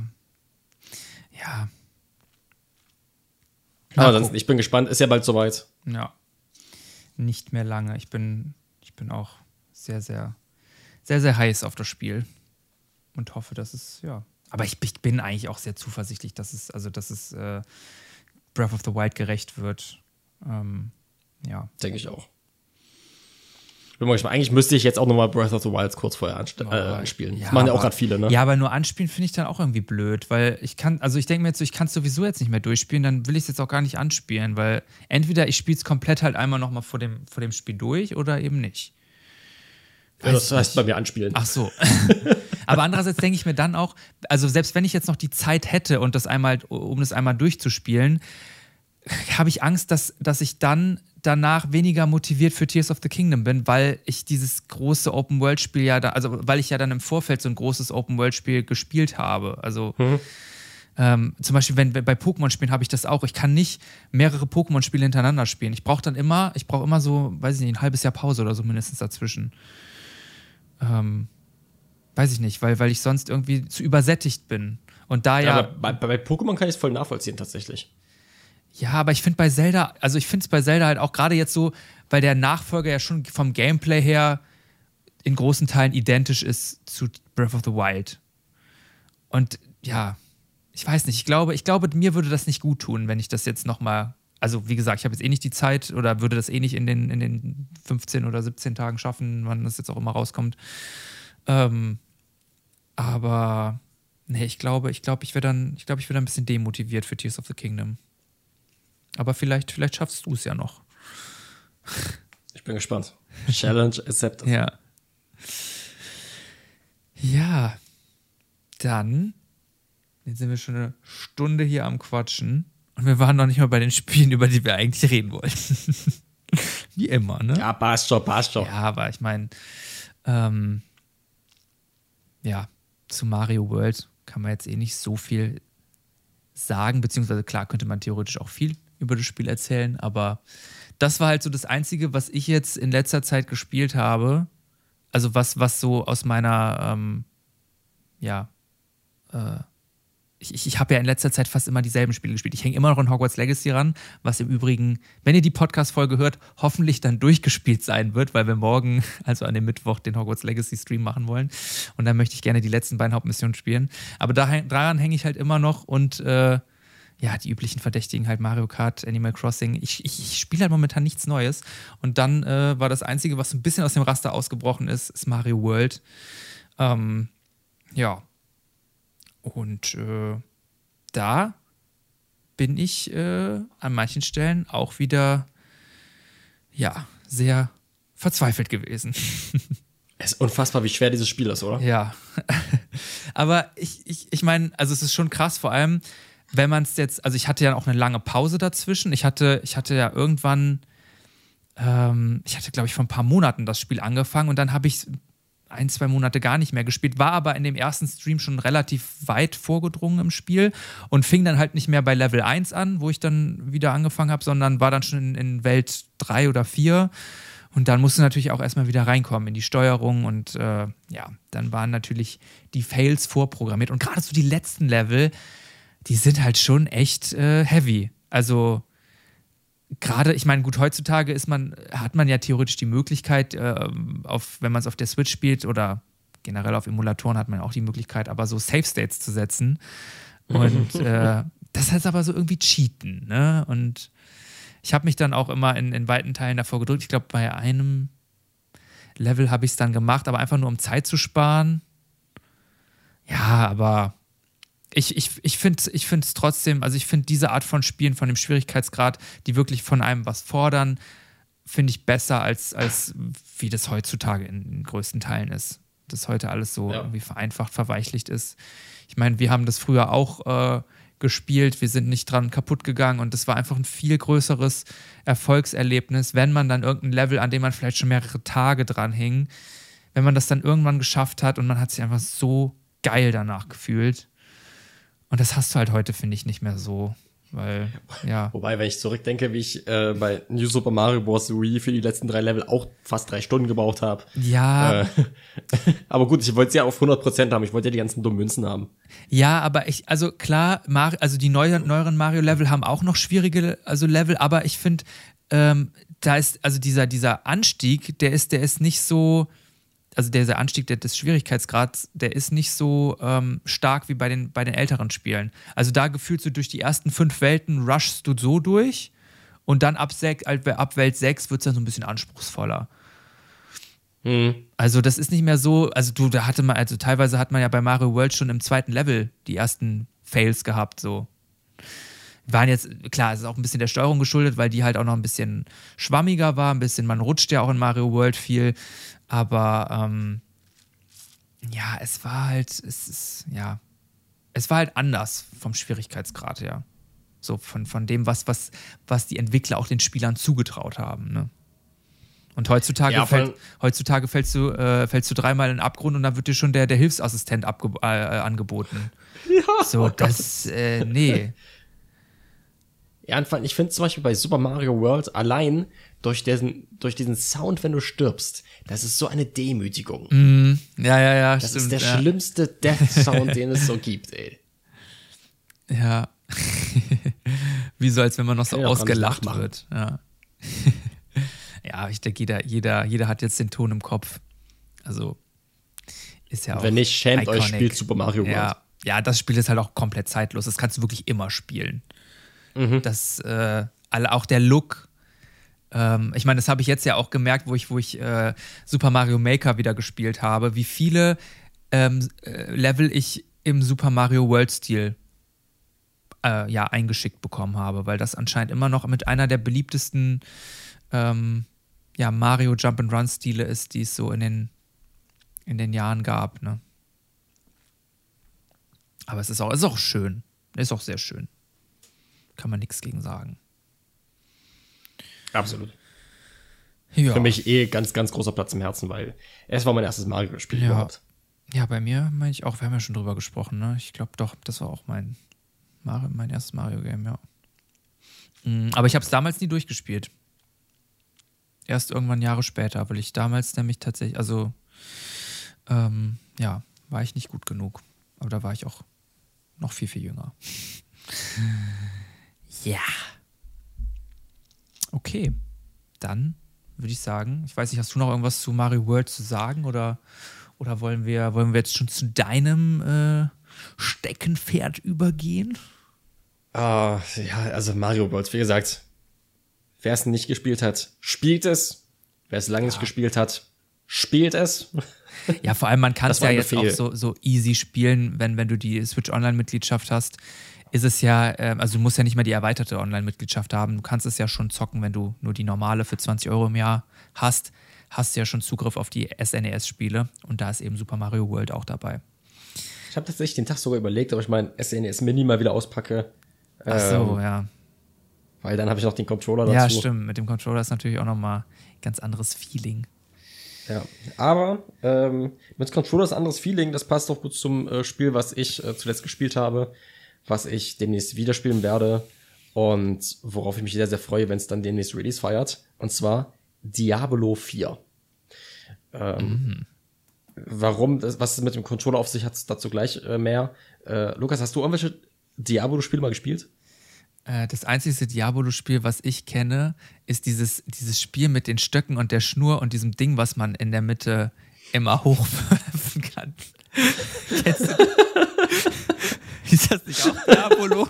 S2: Aber ansonsten, ich bin gespannt, ist ja bald soweit.
S1: Ja. Nicht mehr lange. Ich bin auch sehr, sehr, sehr, sehr heiß auf das Spiel und hoffe, dass es, Aber ich bin eigentlich auch sehr zuversichtlich, dass es Breath of the Wild gerecht wird.
S2: Denke ich auch. Bin mal gespannt. Eigentlich müsste ich jetzt auch nochmal Breath of the Wild kurz vorher anspielen. Das machen ja auch gerade viele, ne?
S1: Ja, aber nur anspielen finde ich dann auch irgendwie blöd, weil ich denke mir jetzt so, ich kann es sowieso jetzt nicht mehr durchspielen, dann will ich es jetzt auch gar nicht anspielen, weil entweder ich spiele es komplett halt einmal nochmal vor dem Spiel durch oder eben nicht.
S2: Ja, das heißt bei mir anspielen.
S1: Ach so. Aber andererseits denke ich mir dann auch, also selbst wenn ich jetzt noch die Zeit hätte und um das einmal durchzuspielen, habe ich Angst, dass ich dann danach weniger motiviert für Tears of the Kingdom bin, weil ich dieses große Open-World-Spiel weil ich ja dann im Vorfeld so ein großes Open-World-Spiel gespielt habe. Also zum Beispiel, bei Pokémon-Spielen habe ich das auch. Ich kann nicht mehrere Pokémon-Spiele hintereinander spielen. Ich brauche immer so, weiß ich nicht, ein halbes Jahr Pause oder so mindestens dazwischen. Weiß ich nicht, weil ich sonst irgendwie zu übersättigt bin. Und da ja.
S2: Aber bei Pokémon kann ich es voll nachvollziehen, tatsächlich.
S1: Ja, aber ich finde es bei Zelda halt auch gerade jetzt so, weil der Nachfolger ja schon vom Gameplay her in großen Teilen identisch ist zu Breath of the Wild. Und ja, ich weiß nicht, ich glaube, mir würde das nicht gut tun, wenn ich das jetzt nochmal, also wie gesagt, ich habe jetzt nicht die Zeit oder würde das nicht in den 15 oder 17 Tagen schaffen, wann das jetzt auch immer rauskommt. Aber nee, ich glaube, ich werde dann ein bisschen demotiviert für Tears of the Kingdom. Aber vielleicht schaffst du es ja noch.
S2: Ich bin gespannt. Challenge accepted.
S1: Ja. Ja. Dann sind wir schon eine Stunde hier am Quatschen. Und wir waren noch nicht mal bei den Spielen, über die wir eigentlich reden wollten. Wie immer, ne?
S2: Ja, passt schon.
S1: Ja, aber ich meine, zu Mario World kann man jetzt nicht so viel sagen, beziehungsweise klar könnte man theoretisch auch viel über das Spiel erzählen, aber das war halt so das Einzige, was ich jetzt in letzter Zeit gespielt habe, also was so aus meiner, ich habe ja in letzter Zeit fast immer dieselben Spiele gespielt. Ich hänge immer noch in Hogwarts Legacy ran, was im Übrigen, wenn ihr die Podcast-Folge hört, hoffentlich dann durchgespielt sein wird, weil wir morgen, also an dem Mittwoch, den Hogwarts Legacy-Stream machen wollen. Und dann möchte ich gerne die letzten beiden Hauptmissionen spielen. Aber daran hänge ich halt immer noch und die üblichen Verdächtigen halt Mario Kart, Animal Crossing. Ich spiele halt momentan nichts Neues. Und dann war das Einzige, was so ein bisschen aus dem Raster ausgebrochen ist Mario World. Und da bin ich an manchen Stellen auch wieder, ja, sehr verzweifelt gewesen.
S2: Es ist unfassbar, wie schwer dieses Spiel ist, oder?
S1: Ja. Aber ich meine, also es ist schon krass, vor allem, wenn man es jetzt, also ich hatte ja auch eine lange Pause dazwischen. Ich hatte ja irgendwann, glaube ich, vor ein paar Monaten das Spiel angefangen und dann habe ich 1-2 Monate gar nicht mehr gespielt, war aber in dem ersten Stream schon relativ weit vorgedrungen im Spiel und fing dann halt nicht mehr bei Level 1 an, wo ich dann wieder angefangen habe, sondern war dann schon in Welt 3 oder 4 und dann musste natürlich auch erstmal wieder reinkommen in die Steuerung und dann waren natürlich die Fails vorprogrammiert und gerade so die letzten Level, die sind halt schon echt heavy. Also gerade, ich meine, gut, heutzutage hat man ja theoretisch die Möglichkeit, wenn man es auf der Switch spielt oder generell auf Emulatoren hat man auch die Möglichkeit, aber so Save States zu setzen. Und das heißt aber so irgendwie cheaten, ne? Und ich habe mich dann auch immer in weiten Teilen davor gedrückt. Ich glaube, bei einem Level habe ich es dann gemacht, aber einfach nur um Zeit zu sparen. Ja, aber ich finde es trotzdem, also ich finde diese Art von Spielen, von dem Schwierigkeitsgrad, die wirklich von einem was fordern, finde ich besser als wie das heutzutage in größten Teilen ist. Dass heute alles so irgendwie vereinfacht, verweichlicht ist. Ich meine, wir haben das früher auch gespielt, wir sind nicht dran kaputt gegangen und das war einfach ein viel größeres Erfolgserlebnis, wenn man dann irgendein Level, an dem man vielleicht schon mehrere Tage dran hing, wenn man das dann irgendwann geschafft hat und man hat sich einfach so geil danach gefühlt. Und das hast du halt heute, finde ich, nicht mehr so, weil, ja.
S2: Wobei, wenn ich zurückdenke, wie ich bei New Super Mario Bros. Wii für die letzten 3 Level auch fast 3 Stunden gebraucht habe.
S1: Ja.
S2: Aber gut, ich wollte es ja auf 100% haben. Ich wollte ja die ganzen dummen Münzen haben.
S1: Ja, aber also klar, also die neueren Mario-Level haben auch noch schwierige Level, aber ich finde, da ist, also dieser Anstieg, der ist nicht so, also dieser Anstieg des Schwierigkeitsgrads, der ist nicht so stark wie bei den älteren Spielen. Also da gefühlt so durch die ersten 5 Welten rushst du so durch und dann ab Welt 6 wird es dann so ein bisschen anspruchsvoller. Also das ist nicht mehr so, also teilweise hat man ja bei Mario World schon im 2. Level die ersten Fails gehabt, so. Waren jetzt, klar, es ist auch ein bisschen der Steuerung geschuldet, weil die halt auch noch ein bisschen schwammiger war, man rutscht ja auch in Mario World viel, aber es war halt anders vom Schwierigkeitsgrad her. So von dem, was die Entwickler auch den Spielern zugetraut haben, ne? Und heutzutage fällst du 3-mal in den Abgrund und dann wird dir schon der Hilfsassistent angeboten.
S2: Ja.
S1: So, nee.
S2: Ja, ich finde zum Beispiel bei Super Mario World allein durch diesen Sound, wenn du stirbst, das ist so eine Demütigung.
S1: Ja,
S2: das
S1: stimmt.
S2: ist der schlimmste Death-Sound, den es so gibt, ey.
S1: Ja. Wie so, als wenn man noch so ausgelacht wird. Ja. Ja, ich denke, jeder hat jetzt den Ton im Kopf. Also, ist ja auch.
S2: Wenn nicht, schämt
S1: iconic.
S2: euch, spielt Super Mario World.
S1: Ja, das Spiel ist halt auch komplett zeitlos. Das kannst du wirklich immer spielen. Das, auch der Look. Ich meine, das habe ich jetzt ja auch gemerkt, wo ich Super Mario Maker wieder gespielt habe, wie viele Level ich im Super Mario World-Stil eingeschickt bekommen habe, weil das anscheinend immer noch mit einer der beliebtesten Mario Jump-and-Run-Stile ist, die es so in den Jahren gab. Ne? Aber es ist auch schön. Ist auch sehr schön. Kann man nichts gegen sagen.
S2: Absolut.
S1: Ja.
S2: Für mich ganz, ganz großer Platz im Herzen, weil es war mein erstes Mario-Spiel überhaupt.
S1: Ja, bei mir meine ich auch, wir haben ja schon drüber gesprochen, ne? Ich glaube doch, das war auch mein erstes Mario-Game, ja. Aber ich habe es damals nie durchgespielt. Erst irgendwann Jahre später, weil ich damals nämlich tatsächlich, war ich nicht gut genug. Aber da war ich auch noch viel, viel jünger. Ja. Okay. Dann würde ich sagen, ich weiß nicht, hast du noch irgendwas zu Mario World zu sagen oder wollen wir jetzt schon zu deinem Steckenpferd übergehen?
S2: Also Mario World, wie gesagt, wer es nicht gespielt hat, spielt es. Wer es lange nicht gespielt hat, spielt es.
S1: Ja, vor allem, man kann es ja jetzt auch so easy spielen, wenn du die Switch Online-Mitgliedschaft hast. ist es ja, also du musst ja nicht mehr die erweiterte Online-Mitgliedschaft haben. Du kannst es ja schon zocken, wenn du nur die normale für 20 Euro im Jahr hast du ja schon Zugriff auf die SNES-Spiele und da ist eben Super Mario World auch dabei.
S2: Ich habe tatsächlich den Tag sogar überlegt, ob ich mein SNES Mini mal wieder auspacke.
S1: Ach so, ja.
S2: Weil dann habe ich noch den Controller dazu.
S1: Ja, stimmt. Mit dem Controller ist natürlich auch nochmal ein ganz anderes Feeling.
S2: Ja, aber mit Controller ist ein anderes Feeling. Das passt doch gut zum Spiel, was ich zuletzt gespielt habe, was ich demnächst wieder spielen werde und worauf ich mich sehr, sehr freue, wenn es dann demnächst Release feiert. Und zwar Diablo 4. Warum, was es mit dem Controller auf sich hat, dazu gleich mehr. Lukas, hast du irgendwelche Diablo-Spiele mal gespielt?
S1: Das einzige Diablo-Spiel, was ich kenne, ist dieses Spiel mit den Stöcken und der Schnur und diesem Ding, was man in der Mitte immer hochwerfen kann. Kennst du das? Hieß das nicht auch Diablo?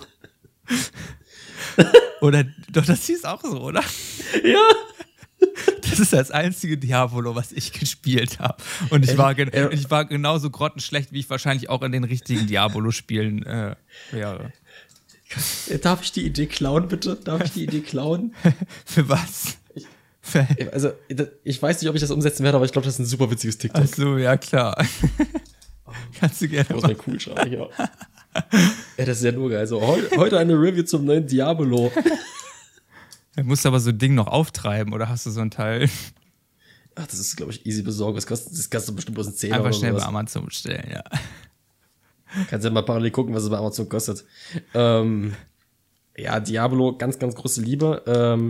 S1: Oder, doch, das hieß auch so, oder?
S2: Ja.
S1: Das ist das einzige Diablo, was ich gespielt habe. Und ich war genauso grottenschlecht, wie ich wahrscheinlich auch in den richtigen Diablo-Spielen wäre.
S2: Darf ich die Idee klauen, bitte? Darf ich die Idee klauen?
S1: Für was?
S2: Also, ich weiß nicht, ob ich das umsetzen werde, aber ich glaube, das ist ein super witziges TikTok.
S1: Ach so, ja, klar. Kannst du gerne
S2: machen. Cool schreiben, ja. Ja, das ist ja nur geil. Also, heute eine Review zum neuen Diablo.
S1: Du musst aber so ein Ding noch auftreiben, oder hast du so ein Teil?
S2: Ach, das ist, glaube ich, easy besorgen. Das kannst du bestimmt bloß ein 10
S1: Einfach schnell bei Amazon bestellen, ja.
S2: Kannst ja mal parallel gucken, was es bei Amazon kostet. Ja, Diablo, ganz, ganz große Liebe.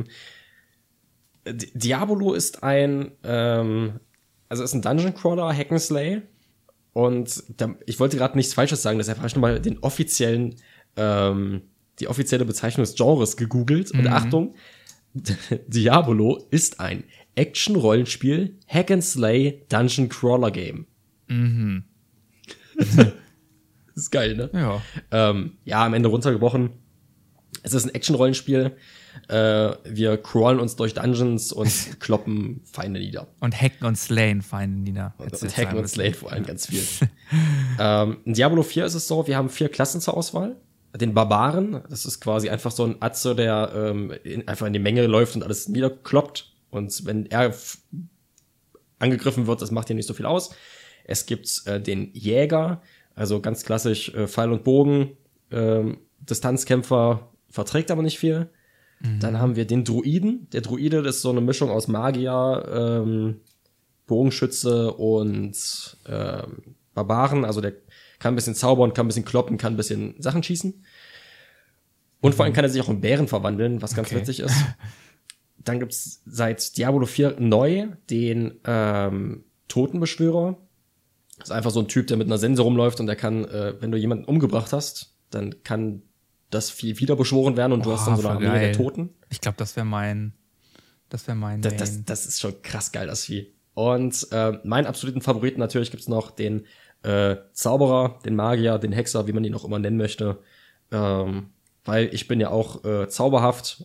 S2: Diablo ist ist ein Dungeon Crawler, Hack and Slay. Und ich wollte gerade nichts Falsches sagen, deshalb habe ich nochmal die offizielle Bezeichnung des Genres gegoogelt. Und Achtung, Diablo ist ein Action-Rollenspiel, Hack and Slay, Dungeon Crawler Game.
S1: Mhm.
S2: Das ist geil, ne?
S1: Ja.
S2: Ja, am Ende runtergebrochen. Es ist ein Action-Rollenspiel. Wir crawlen uns durch Dungeons und kloppen Feinde nieder.
S1: Und hacken und slayen Feinde nieder.
S2: Und hacken und slayen vor allem ganz viel. In Diablo 4 ist es so, wir haben 4 Klassen zur Auswahl. Den Barbaren, das ist quasi einfach so ein Atze, der einfach in die Menge läuft und alles niederkloppt. Und wenn er angegriffen wird, das macht ihm nicht so viel aus. Es gibt den Jäger, also ganz klassisch Pfeil und Bogen, Distanzkämpfer, verträgt aber nicht viel. Dann haben wir den Druiden. Der Druide ist so eine Mischung aus Magier, Bogenschütze und Barbaren. Also der kann ein bisschen zaubern, kann ein bisschen kloppen, kann ein bisschen Sachen schießen. Und vor allem kann er sich auch in Bären verwandeln, was ganz witzig ist. Dann gibt's seit Diablo 4 neu den Totenbeschwörer. Das ist einfach so ein Typ, der mit einer Sense rumläuft und der kann, wenn du jemanden umgebracht hast, dann kann das Vieh wieder beschworen werden und du hast dann so eine Armee der Toten.
S1: Ich glaube, das wäre mein Das
S2: ist schon krass geil, das Vieh. Und meinen absoluten Favoriten natürlich gibt's noch den Zauberer, den Magier, den Hexer, wie man ihn auch immer nennen möchte. Weil ich bin ja auch zauberhaft.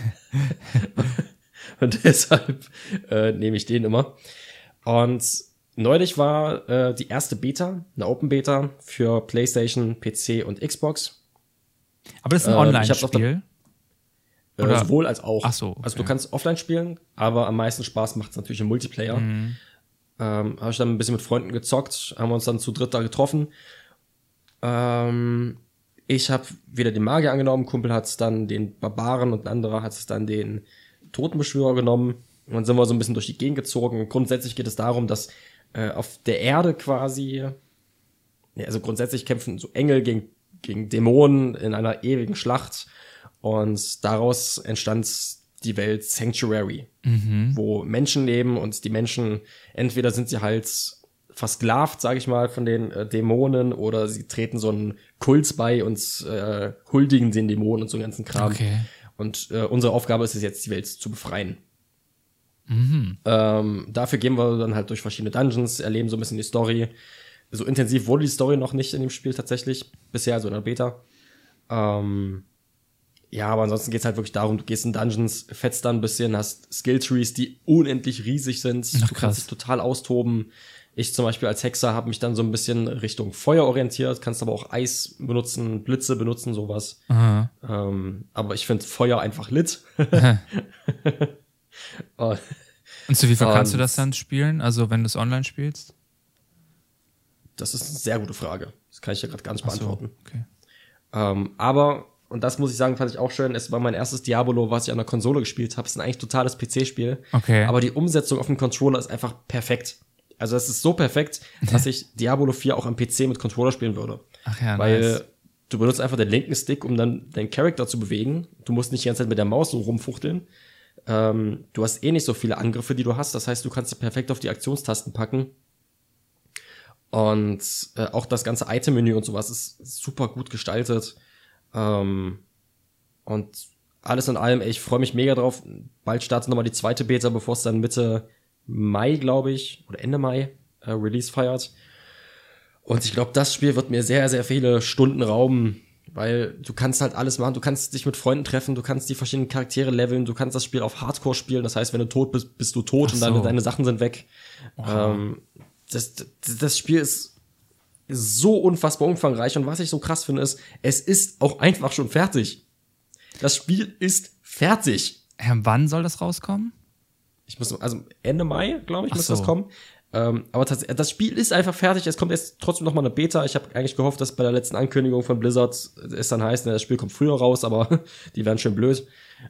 S2: Und deshalb nehme ich den immer. Und neulich war die erste Beta, eine Open Beta für PlayStation, PC und Xbox.
S1: Aber das ist ein Online-Spiel?
S2: Sowohl als auch.
S1: Ach so, okay.
S2: Also du kannst offline spielen, aber am meisten Spaß macht es natürlich im Multiplayer. Habe ich dann ein bisschen mit Freunden gezockt, haben wir uns dann zu dritt da getroffen. Ich habe wieder den Magier angenommen, Kumpel hat dann den Barbaren und ein anderer hat es dann den Totenbeschwörer genommen. Und dann sind wir so ein bisschen durch die Gegend gezogen. Grundsätzlich geht es darum, dass auf der Erde quasi, ja, also grundsätzlich kämpfen so Engel gegen Dämonen in einer ewigen Schlacht. Und daraus entstand die Welt Sanctuary, wo Menschen leben und die Menschen, entweder sind sie halt versklavt, sage ich mal, von den Dämonen oder sie treten so einen Kult bei und huldigen den Dämonen und so einen ganzen Kram.
S1: Okay.
S2: Und unsere Aufgabe ist es jetzt, die Welt zu befreien. Dafür gehen wir dann halt durch verschiedene Dungeons, erleben so ein bisschen die Story. So intensiv wurde die Story noch nicht in dem Spiel tatsächlich, bisher, so in der Beta. Ja, aber ansonsten geht's halt wirklich darum, du gehst in Dungeons, fetzt da ein bisschen, hast Skilltrees, die unendlich riesig sind.
S1: Ach,
S2: du kannst dich total austoben. Ich zum Beispiel als Hexer habe mich dann so ein bisschen Richtung Feuer orientiert, kannst aber auch Eis benutzen, Blitze benutzen, sowas. Aber ich finde Feuer einfach lit.
S1: Und zu wie viel kannst du das dann spielen? Also wenn du es online spielst?
S2: Das ist eine sehr gute Frage. Das kann ich ja gerade gar nicht beantworten.
S1: Okay.
S2: Aber, und das muss ich sagen, fand ich auch schön, es war mein erstes Diablo, was ich an der Konsole gespielt habe. Es ist ein eigentlich totales PC-Spiel.
S1: Okay.
S2: Aber die Umsetzung auf dem Controller ist einfach perfekt. Also es ist so perfekt, dass ich Diablo 4 auch am PC mit Controller spielen würde.
S1: Ach ja,
S2: Weil
S1: nice.
S2: du benutzt einfach den linken Stick, um dann deinen Charakter zu bewegen. Du musst nicht die ganze Zeit mit der Maus so rumfuchteln. Du hast eh nicht so viele Angriffe, die du hast. Das heißt, du kannst sie perfekt auf die Aktionstasten packen. Und auch das ganze Item-Menü und sowas ist super gut gestaltet. Und alles in allem, ey, ich freue mich mega drauf. Bald startet nochmal die zweite Beta, bevor es dann Mitte Mai, glaube ich, oder Ende Mai Release feiert. Und ich glaube, das Spiel wird mir sehr, sehr viele Stunden rauben, weil du kannst halt alles machen. Du kannst dich mit Freunden treffen, du kannst die verschiedenen Charaktere leveln, du kannst das Spiel auf Hardcore spielen. Das heißt, wenn du tot bist, bist du tot.
S1: Ach
S2: und
S1: so.
S2: deine Sachen sind weg. Das Spiel ist so unfassbar umfangreich. Und was ich so krass finde, ist, es ist auch einfach schon fertig. Das Spiel ist fertig.
S1: Wann soll das rauskommen?
S2: Also Ende Mai, glaube ich,
S1: Ach
S2: muss
S1: so.
S2: das kommen. Aber das Spiel ist einfach fertig. Es kommt jetzt trotzdem noch mal eine Beta. Ich habe eigentlich gehofft, dass bei der letzten Ankündigung von Blizzard es dann heißt, das Spiel kommt früher raus, aber die werden schön blöd.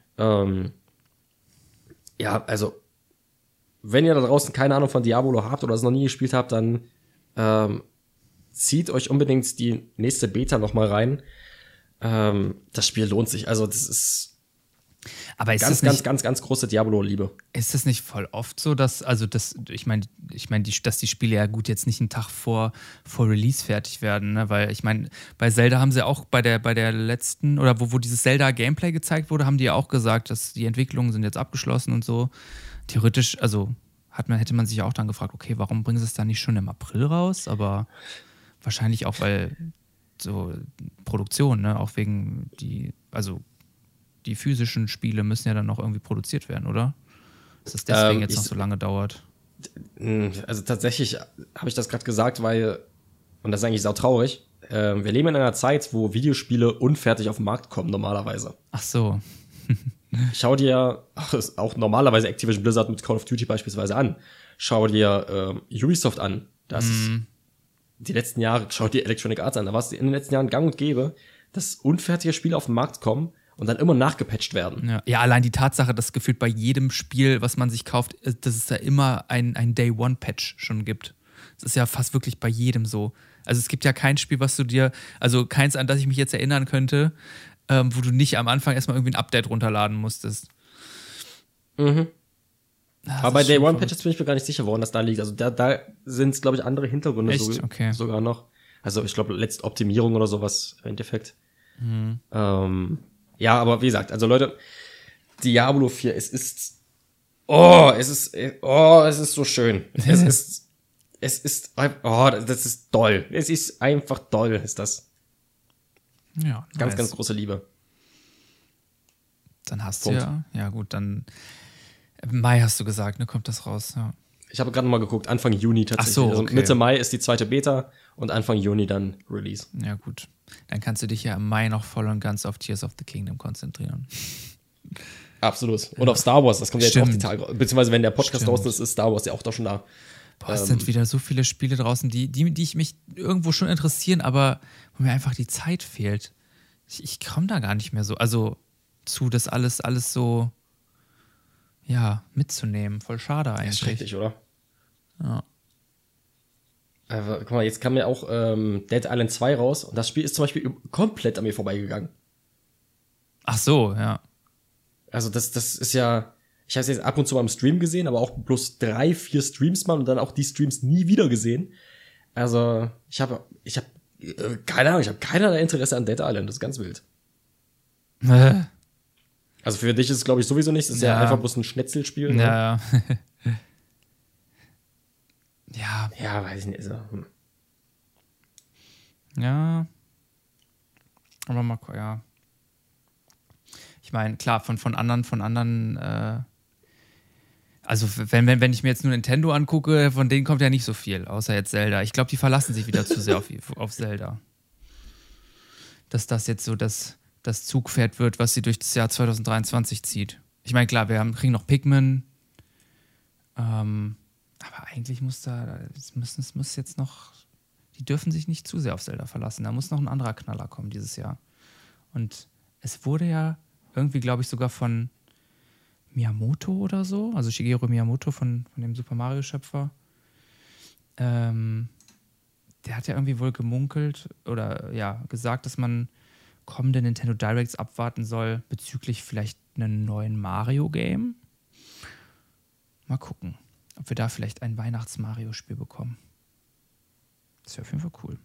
S2: Ja, also wenn ihr da draußen keine Ahnung von Diablo habt oder es noch nie gespielt habt, dann zieht euch unbedingt die nächste Beta noch mal rein. Das Spiel lohnt sich. Also das ist
S1: Aber ist
S2: ganz,
S1: das nicht,
S2: ganz große Diablo-Liebe.
S1: ist das nicht voll oft so, dass, also das, ich meine, dass die Spiele ja gut jetzt nicht einen Tag vor Release fertig werden, ne? Weil ich meine, bei Zelda haben sie auch bei der letzten, oder wo dieses Zelda-Gameplay gezeigt wurde, haben die ja auch gesagt, dass die Entwicklungen sind jetzt abgeschlossen und so. Theoretisch, also hätte man sich auch dann gefragt, okay, warum bringen sie es dann nicht schon im April raus? Aber wahrscheinlich auch, weil so Produktion, ne, auch wegen die physischen Spiele müssen ja dann noch irgendwie produziert werden, oder? Dass das deswegen jetzt noch so lange dauert.
S2: Also tatsächlich habe ich das gerade gesagt, weil, und das ist eigentlich sautraurig, wir leben in einer Zeit, wo Videospiele unfertig auf den Markt kommen, normalerweise.
S1: Ach so.
S2: Schau dir auch normalerweise Activision Blizzard mit Call of Duty beispielsweise an. Schau dir Ubisoft an. Das ist die letzten Jahre, schau dir Electronic Arts an. Da war es in den letzten Jahren gang und gäbe, dass unfertige Spiele auf den Markt kommen und dann immer nachgepatcht werden.
S1: Ja, allein die Tatsache, dass gefühlt bei jedem Spiel, was man sich kauft, dass es da immer ein Day-One-Patch schon gibt. Das ist ja fast wirklich bei jedem so. Also es gibt ja kein Spiel, was du dir, also keins, an das ich mich jetzt erinnern könnte, wo du nicht am Anfang erstmal irgendwie ein Update runterladen musstest.
S2: Aber bei Day-One-Patches bin ich mir gar nicht sicher, woran das da liegt. Also da sind es, glaube ich, andere Hintergründe
S1: Okay.
S2: sogar noch. Also ich glaube, letzte Optimierung oder sowas im Endeffekt. Ja, aber wie gesagt, also Leute, Diablo 4, es ist so schön. Das ist doll. Es ist einfach doll, ist das.
S1: Ja,
S2: ganz große Liebe.
S1: Dann hast
S2: Punkt.
S1: du ja gut, dann Mai hast du gesagt, ne, kommt das raus, ja.
S2: Ich habe gerade mal geguckt, Anfang Juni tatsächlich.
S1: Ach so, okay.
S2: Also Mitte Mai ist die zweite Beta und Anfang Juni dann Release.
S1: Ja, gut. Dann kannst du dich ja im Mai noch voll und ganz auf Tears of the Kingdom konzentrieren.
S2: Absolut. Und auf Star Wars, das kommt ja jetzt auch die
S1: Stimmt.
S2: Tage. Beziehungsweise, wenn der Podcast
S1: Stimmt.
S2: draußen ist Star Wars ja auch doch schon da.
S1: Boah, es sind wieder so viele Spiele draußen, die ich mich irgendwo schon interessieren, aber wo mir einfach die Zeit fehlt. Ich komme da gar nicht mehr so, also zu, das alles so, ja, mitzunehmen. Voll schade
S2: Ja,
S1: eigentlich.
S2: ist schrecklich, oder?
S1: Ja.
S2: Aber guck mal, jetzt kam ja auch Dead Island 2 raus und das Spiel ist zum Beispiel komplett an mir vorbeigegangen.
S1: Ach so, ja.
S2: Also das ist ja, ich habe es jetzt ab und zu mal im Stream gesehen, aber auch bloß 3-4 Streams mal und dann auch die Streams nie wieder gesehen. Also ich habe keine Ahnung, ich habe keinerlei Interesse an Dead Island, das ist ganz wild. Also für dich ist es, glaube ich, sowieso nichts, das ist ja einfach bloß ein Schnetzelspiel. Ne?
S1: Ja. Ja.
S2: Ja, weiß ich nicht. Also,
S1: Ja. Aber mal, ja. Ich meine, klar, von anderen also wenn ich mir jetzt nur Nintendo angucke, von denen kommt ja nicht so viel, außer jetzt Zelda. Ich glaube, die verlassen sich wieder zu sehr auf Zelda. Dass das jetzt so das Zugpferd wird, was sie durch das Jahr 2023 zieht. Ich meine, klar, kriegen noch Pikmin, aber eigentlich es muss jetzt noch, die dürfen sich nicht zu sehr auf Zelda verlassen. Da muss noch ein anderer Knaller kommen dieses Jahr. Und es wurde ja irgendwie, glaube ich, sogar von Miyamoto oder so, also Shigeru Miyamoto von dem Super Mario-Schöpfer, der hat ja irgendwie wohl gemunkelt oder ja, gesagt, dass man kommende Nintendo Directs abwarten soll bezüglich vielleicht einem neuen Mario-Game. Mal gucken, ob wir da vielleicht ein Weihnachts-Mario-Spiel bekommen. Das wäre auf jeden Fall cool.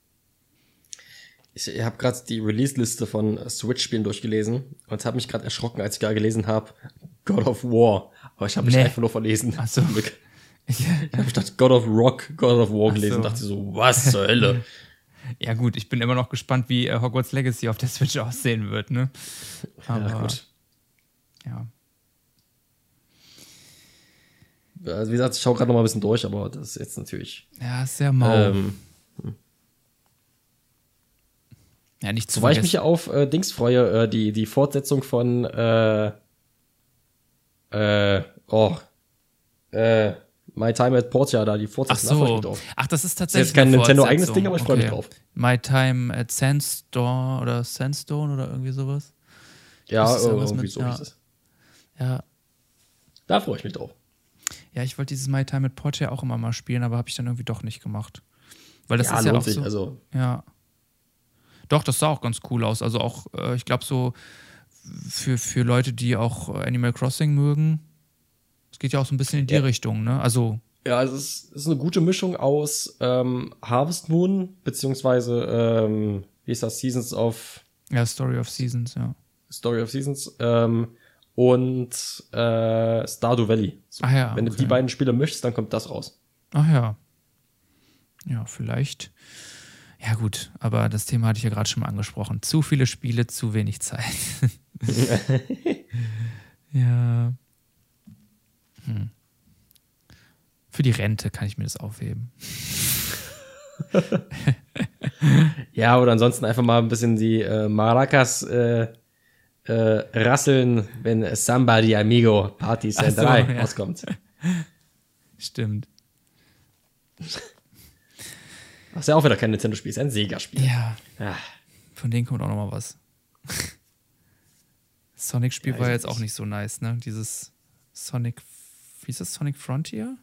S2: Ich habe gerade die Release-Liste von Switch-Spielen durchgelesen und habe mich gerade erschrocken, als ich gerade gelesen habe, God of War. Aber ich habe mich einfach nur verlesen.
S1: Ach so.
S2: Ich habe statt God of War gelesen und dachte so, was zur Hölle?
S1: Ja gut, ich bin immer noch gespannt, wie Hogwarts Legacy auf der Switch aussehen wird, ne? Aber,
S2: ja, gut.
S1: Ja.
S2: Also wie gesagt, ich schaue gerade noch mal ein bisschen durch, aber das ist jetzt natürlich...
S1: Ja, ist sehr mau. Ja, nicht zu
S2: Wobei ich mich ja auf Dings freue, die Fortsetzung von My Time at Portia, da die Fortsetzung.
S1: Ach so.
S2: Da freue ich mich drauf.
S1: Ach, das ist
S2: Das ist
S1: tatsächlich
S2: jetzt kein
S1: eine
S2: Nintendo-eigenes
S1: Fortsetzung.
S2: Ding, aber ich freue mich drauf.
S1: My Time at Sandstone oder irgendwie sowas.
S2: Ja,
S1: Das ist irgendwas
S2: irgendwie
S1: mit-
S2: so
S1: ja.
S2: ist es.
S1: Ja.
S2: Da freue ich mich drauf.
S1: Ja, ich wollte dieses My Time at Portia auch immer mal spielen, aber habe ich dann irgendwie doch nicht gemacht. Weil das
S2: Ja,
S1: ist ja
S2: lohnt
S1: auch
S2: sich.
S1: so,
S2: Also,
S1: ja. Doch, das sah auch ganz cool aus. Also auch, ich glaube so für Leute, die auch Animal Crossing mögen, es geht ja auch so ein bisschen in die
S2: Ja.
S1: Richtung, ne? Also,
S2: ja, es ist eine gute Mischung aus Harvest Moon, beziehungsweise, wie ist das,
S1: ja, Story of Seasons, ja.
S2: Story of Seasons, und Stardew Valley. So,
S1: Ah ja,
S2: wenn du
S1: okay.
S2: die beiden Spiele möchtest, dann kommt das raus.
S1: Ach ja. Ja, vielleicht. Ja, gut, aber das Thema hatte ich ja gerade schon mal angesprochen. Zu viele Spiele, zu wenig Zeit. Ja. Für die Rente kann ich mir das aufheben.
S2: Ja, oder ansonsten einfach mal ein bisschen die Maracas rasseln, wenn Samba di Amigo Party San
S1: Ach so,
S2: 3
S1: ja.
S2: rauskommt.
S1: Stimmt.
S2: Das ist ja auch wieder kein Nintendo-Spiel, ist ein Sega-Spiel.
S1: Ja,
S2: Ja.
S1: von denen kommt auch noch mal was. Sonic-Spiel
S2: Ja,
S1: war
S2: ich
S1: jetzt
S2: weiß
S1: auch nicht so nice, ne? Dieses Sonic, wie ist das, Sonic Frontier?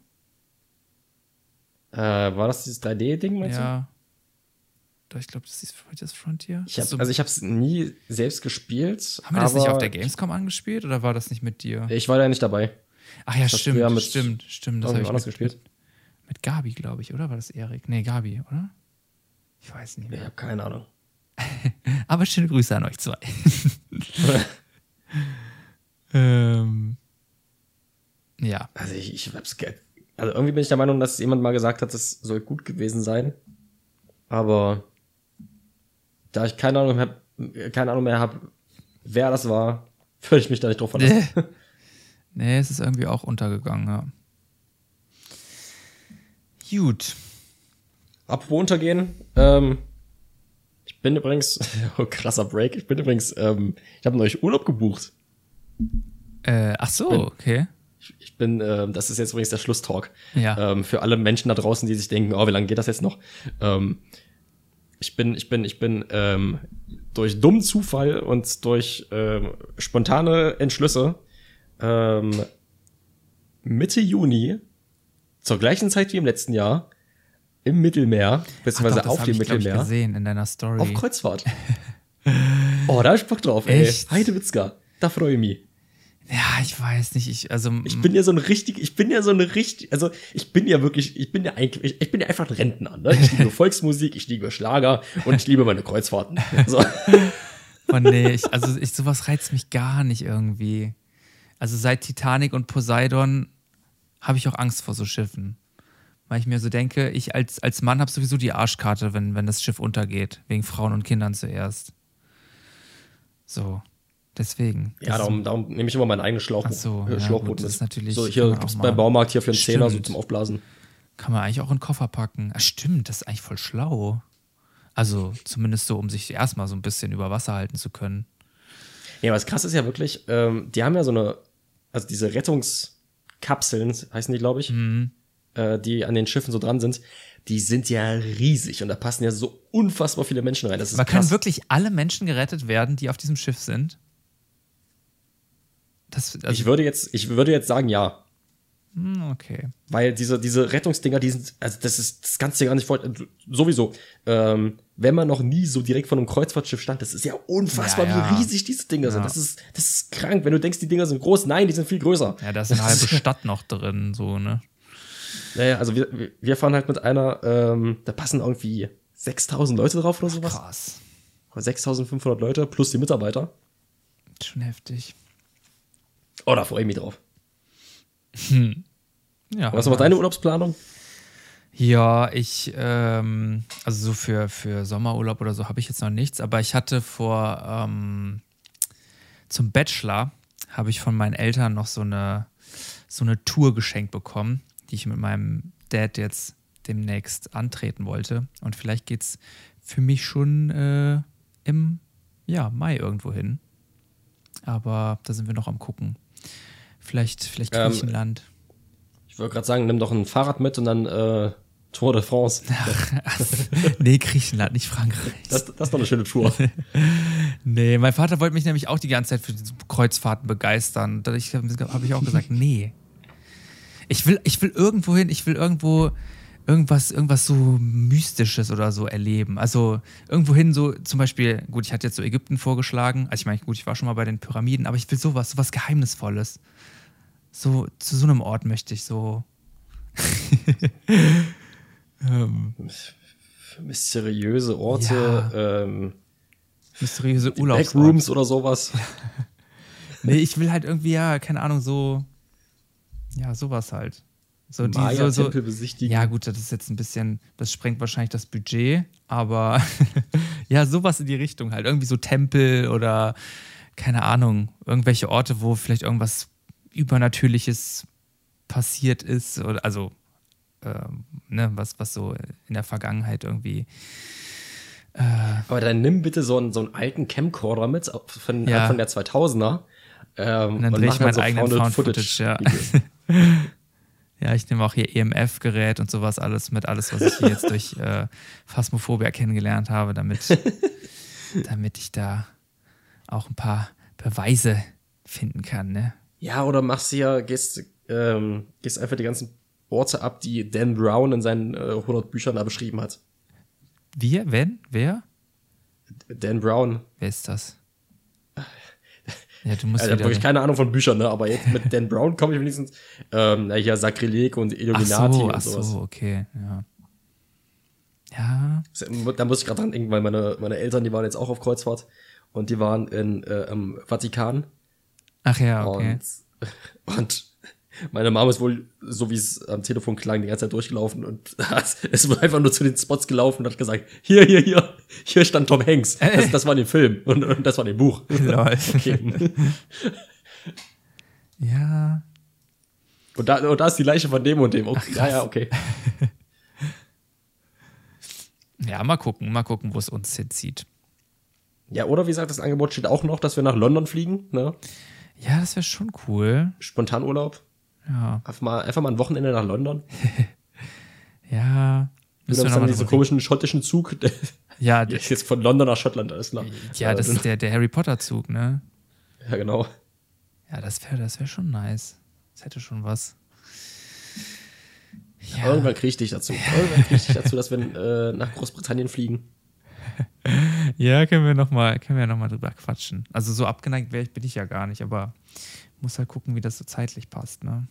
S2: War das dieses 3D-Ding, meinst du?
S1: Ja. Doch, ich glaube, das ist das Frontier.
S2: Ich habe es nie selbst gespielt.
S1: Haben wir das nicht
S2: aber
S1: auf der Gamescom angespielt oder war das nicht mit dir?
S2: Ich war da nicht dabei.
S1: Ach ja,
S2: das
S1: stimmt,
S2: früher mit
S1: stimmt. Das habe ich
S2: anders gespielt.
S1: mit Gabi, glaube ich, oder? War das Erik? Nee, Gabi, oder? Ich weiß nicht
S2: Ich
S1: mehr.
S2: habe keine Ahnung.
S1: Aber schöne Grüße an euch zwei. Ja.
S2: Also ich hab's also irgendwie bin ich der Meinung, dass jemand mal gesagt hat, das soll gut gewesen sein. Aber da ich keine Ahnung mehr habe, wer das war, würde ich mich da nicht drauf verlassen.
S1: Nee, es ist irgendwie auch untergegangen, ja. Gut.
S2: Apropos untergehen, ich bin übrigens, oh, krasser Break, ich habe neulich Urlaub gebucht.
S1: Ach so, okay.
S2: Ich bin, das ist jetzt übrigens der Schlusstalk.
S1: Ja.
S2: Für alle Menschen da draußen, die sich denken, oh, wie lange geht das jetzt noch? Ich bin durch dummen Zufall und durch spontane Entschlüsse Mitte Juni, zur gleichen Zeit wie im letzten Jahr, im Mittelmeer, beziehungsweise
S1: Ach doch, das
S2: auf
S1: hab
S2: dem
S1: ich, glaub ich,
S2: Mittelmeer,
S1: gesehen in deiner Story.
S2: auf Kreuzfahrt. Oh, da hab ich Bock drauf,
S1: Echt?
S2: ey. Heidewitzka, da freue ich mich.
S1: Ja, ich weiß nicht. Ich
S2: bin ja einfach ein Rentner, ne? Ich liebe Volksmusik, ich liebe Schlager und ich liebe meine Kreuzfahrten. So.
S1: Oh nee, sowas reizt mich gar nicht irgendwie. Also seit Titanic und Poseidon habe ich auch Angst vor so Schiffen. Weil ich mir so denke, ich als Mann habe sowieso die Arschkarte, wenn das Schiff untergeht. Wegen Frauen und Kindern zuerst. So. Deswegen.
S2: Ja, darum nehme ich immer mein eigenes
S1: Ach so, ja,
S2: Schlauchboot
S1: gut, das ist natürlich,
S2: So, hier gibt's beim Baumarkt hier für einen Zehner so zum Aufblasen.
S1: Kann man eigentlich auch in den Koffer packen. Ach, stimmt, das ist eigentlich voll schlau. Also zumindest so, um sich erstmal so ein bisschen über Wasser halten zu können.
S2: Ja, was krass ist ja wirklich, die haben ja also diese Rettungskapseln, heißen die, glaube ich, die an den Schiffen so dran sind, die sind ja riesig und da passen ja so unfassbar viele Menschen rein. Das ist
S1: Aber
S2: krass.
S1: können wirklich alle Menschen gerettet werden, die auf diesem Schiff sind?
S2: Ich würde jetzt sagen, ja.
S1: Okay.
S2: Weil diese Rettungsdinger, die sind, also das kannst du dir gar nicht vorstellen. Sowieso, wenn man noch nie so direkt vor einem Kreuzfahrtschiff stand, das ist ja unfassbar, wie riesig diese Dinger sind. Das ist krank. Wenn du denkst, die Dinger sind groß, nein, die sind viel größer.
S1: Ja, da ist eine halbe Stadt noch drin, so, ne?
S2: Naja, also wir fahren halt mit einer, da passen irgendwie 6.000 Leute drauf oder sowas.
S1: Krass.
S2: 6.500 Leute plus die Mitarbeiter.
S1: Schon heftig.
S2: Oh, da freue ich mich drauf.
S1: Ja,
S2: Was ist noch deine Urlaubsplanung?
S1: Ja, also so für Sommerurlaub oder so habe ich jetzt noch nichts, aber ich hatte zum Bachelor habe ich von meinen Eltern noch so eine Tour geschenkt bekommen, die ich mit meinem Dad jetzt demnächst antreten wollte. Und vielleicht geht's für mich schon im Mai irgendwo hin. Aber da sind wir noch am gucken. Vielleicht Griechenland.
S2: Ich wollte gerade sagen, nimm doch ein Fahrrad mit und dann Tour de France.
S1: Nee, Griechenland, nicht Frankreich.
S2: Das ist doch eine schöne Tour.
S1: Nee, mein Vater wollte mich nämlich auch die ganze Zeit für diese Kreuzfahrten begeistern. Da habe ich auch gesagt, nee. Ich will irgendwo hin, ich will irgendwas so Mystisches oder so erleben. Also irgendwo hin so, zum Beispiel, gut, ich hatte jetzt so Ägypten vorgeschlagen. Also ich meine, gut, ich war schon mal bei den Pyramiden, aber ich will sowas Geheimnisvolles. So, zu so einem Ort möchte ich so.
S2: Mysteriöse Orte,
S1: mysteriöse Urlaubsorte.
S2: Backrooms oder sowas.
S1: Nee, ich will halt irgendwie, keine Ahnung, so. Ja, sowas halt. So
S2: Maya-Tempel besichtigen.
S1: Ja, gut, das ist jetzt ein bisschen, das sprengt wahrscheinlich das Budget, aber ja, sowas in die Richtung halt. Irgendwie so Tempel oder, keine Ahnung, irgendwelche Orte, wo vielleicht irgendwas Übernatürliches passiert ist. Oder, also, was so in der Vergangenheit irgendwie.
S2: Aber dann nimm bitte so einen alten Camcorder mit von Anfang der 2000er.
S1: Und dann drehe ich meinen eigenen Found-Footage, ja. Ja, ich nehme auch hier EMF-Gerät und sowas alles mit, alles, was ich hier jetzt durch Phasmophobia kennengelernt habe, damit ich da auch ein paar Beweise finden kann, ne?
S2: Ja, oder gehst einfach die ganzen Orte ab, die Dan Brown in seinen 100 Büchern da beschrieben hat.
S1: Wer?
S2: Dan Brown.
S1: Wer ist das? Ja, du musst
S2: da habe ich keine Ahnung von Büchern, ne? Aber jetzt mit Dan Brown komme ich wenigstens hier Sakrileg und Illuminati und sowas.
S1: Ach so, okay, ja. Ja.
S2: Da muss ich gerade dran denken, weil meine Eltern, die waren jetzt auch auf Kreuzfahrt und die waren im Vatikan.
S1: Ach ja, okay.
S2: Und meine Mama ist wohl, so wie es am Telefon klang, die ganze Zeit durchgelaufen und ist wohl einfach nur zu den Spots gelaufen und hat gesagt, hier stand Tom Hanks. Das war in dem Film und das war in dem Buch.
S1: Lol.
S2: Okay.
S1: Ja.
S2: Und da ist die Leiche von dem und dem. Okay. Ja, okay.
S1: Ja, mal gucken, wo es uns hinzieht.
S2: Ja, oder wie gesagt, das Angebot steht auch noch, dass wir nach London fliegen, ne?
S1: Ja, das wäre schon cool.
S2: Spontanurlaub.
S1: Ja.
S2: Einfach mal ein Wochenende nach London.
S1: Ja.
S2: Müssen wir dann diesen komischen schottischen Zug.
S1: Ja.
S2: Jetzt von London nach Schottland, alles klar.
S1: Ja, das ist der Harry Potter Zug, ne?
S2: Ja, genau.
S1: Ja, das wär schon nice. Das hätte schon was.
S2: Ja. Irgendwann kriege ich dich dazu. Dass wir nach Großbritannien fliegen.
S1: Ja, können wir noch mal drüber quatschen. Also so abgeneigt bin ich ja gar nicht, aber muss halt gucken, wie das so zeitlich passt, ne?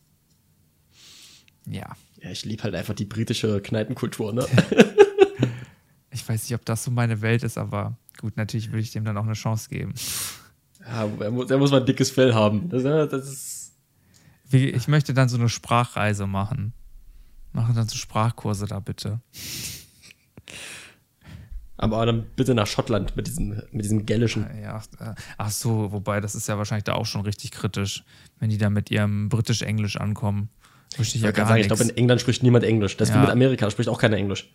S1: Ja.
S2: Ja, ich liebe halt einfach die britische Kneipenkultur, ne?
S1: Ich weiß nicht, ob das so meine Welt ist, aber gut, natürlich würde ich dem dann auch eine Chance geben.
S2: Ja, der muss mal ein dickes Fell haben. Das ist.
S1: Ich möchte dann so eine Sprachreise machen. Machen dann so Sprachkurse da bitte.
S2: Aber dann bitte nach Schottland mit diesem Gälischen.
S1: Ja, ach so, wobei, das ist ja wahrscheinlich da auch schon richtig kritisch, wenn die da mit ihrem britisch-englisch ankommen. Verstehe ich ja gar
S2: Ich glaube, in England spricht niemand Englisch. Das ist wie mit Amerika, da spricht auch keiner Englisch.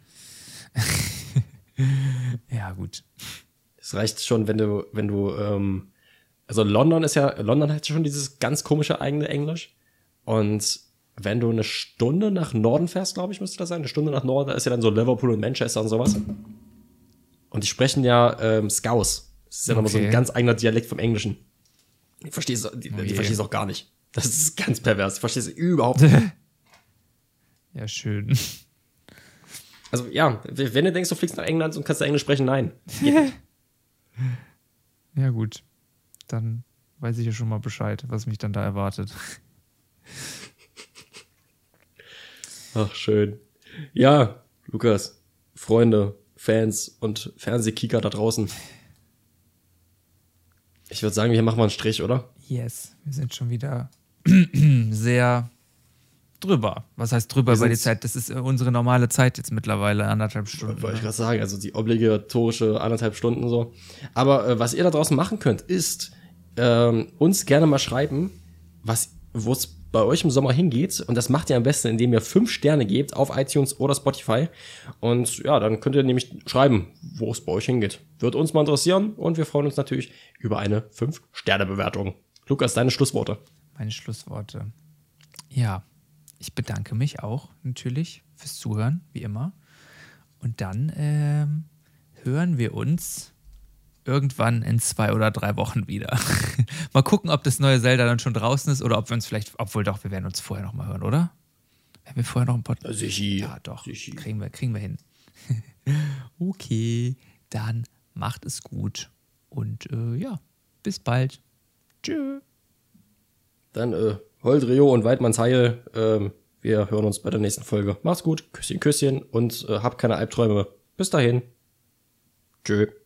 S1: Ja, gut.
S2: Es reicht schon, wenn du, also London hat schon dieses ganz komische eigene Englisch. Und wenn du eine Stunde nach Norden fährst, glaube ich, müsste das sein. Eine Stunde nach Norden, da ist ja dann so Liverpool und Manchester und sowas. Und die sprechen ja Scouse. Das ist ja nochmal so ein ganz eigener Dialekt vom Englischen. Ich verstehe es auch gar nicht. Das ist ganz pervers. Ich verstehe es überhaupt nicht.
S1: Ja, schön.
S2: Also ja, wenn du denkst, du fliegst nach England und kannst Englisch sprechen, nein.
S1: Ja, gut. Dann weiß ich ja schon mal Bescheid, was mich dann da erwartet.
S2: Ach, schön. Ja, Lukas, Freunde, Fans und Fernsehkicker da draußen. Ich würde sagen, hier machen wir einen Strich, oder?
S1: Yes, wir sind schon wieder sehr drüber. Was heißt drüber? Weil die Zeit, das ist unsere normale Zeit jetzt mittlerweile, 1,5 Stunden.
S2: Wollte ich gerade sagen, also die obligatorische 1,5 Stunden so. Aber was ihr da draußen machen könnt, ist uns gerne mal schreiben, wo es bei euch im Sommer hingeht. Und das macht ihr am besten, indem ihr 5 Sterne gebt auf iTunes oder Spotify. Und ja, dann könnt ihr nämlich schreiben, wo es bei euch hingeht. Wird uns mal interessieren und wir freuen uns natürlich über eine 5-Sterne-Bewertung. Lukas, deine Schlussworte.
S1: Meine Schlussworte. Ja, ich bedanke mich auch natürlich fürs Zuhören, wie immer. Und dann hören wir uns irgendwann in 2 oder 3 Wochen wieder. Mal gucken, ob das neue Zelda dann schon draußen ist oder ob wir uns vielleicht, obwohl doch, wir werden uns vorher noch mal hören, oder? Werden wir vorher noch einen Podcast? Ja, doch. Kriegen wir hin. Okay, dann macht es gut. Und ja, bis bald. Tschö.
S2: Dann Holt Rio und Weidmanns Heil. Wir hören uns bei der nächsten Folge. Macht's gut. Küsschen, Küsschen und habt keine Albträume. Bis dahin. Tschö.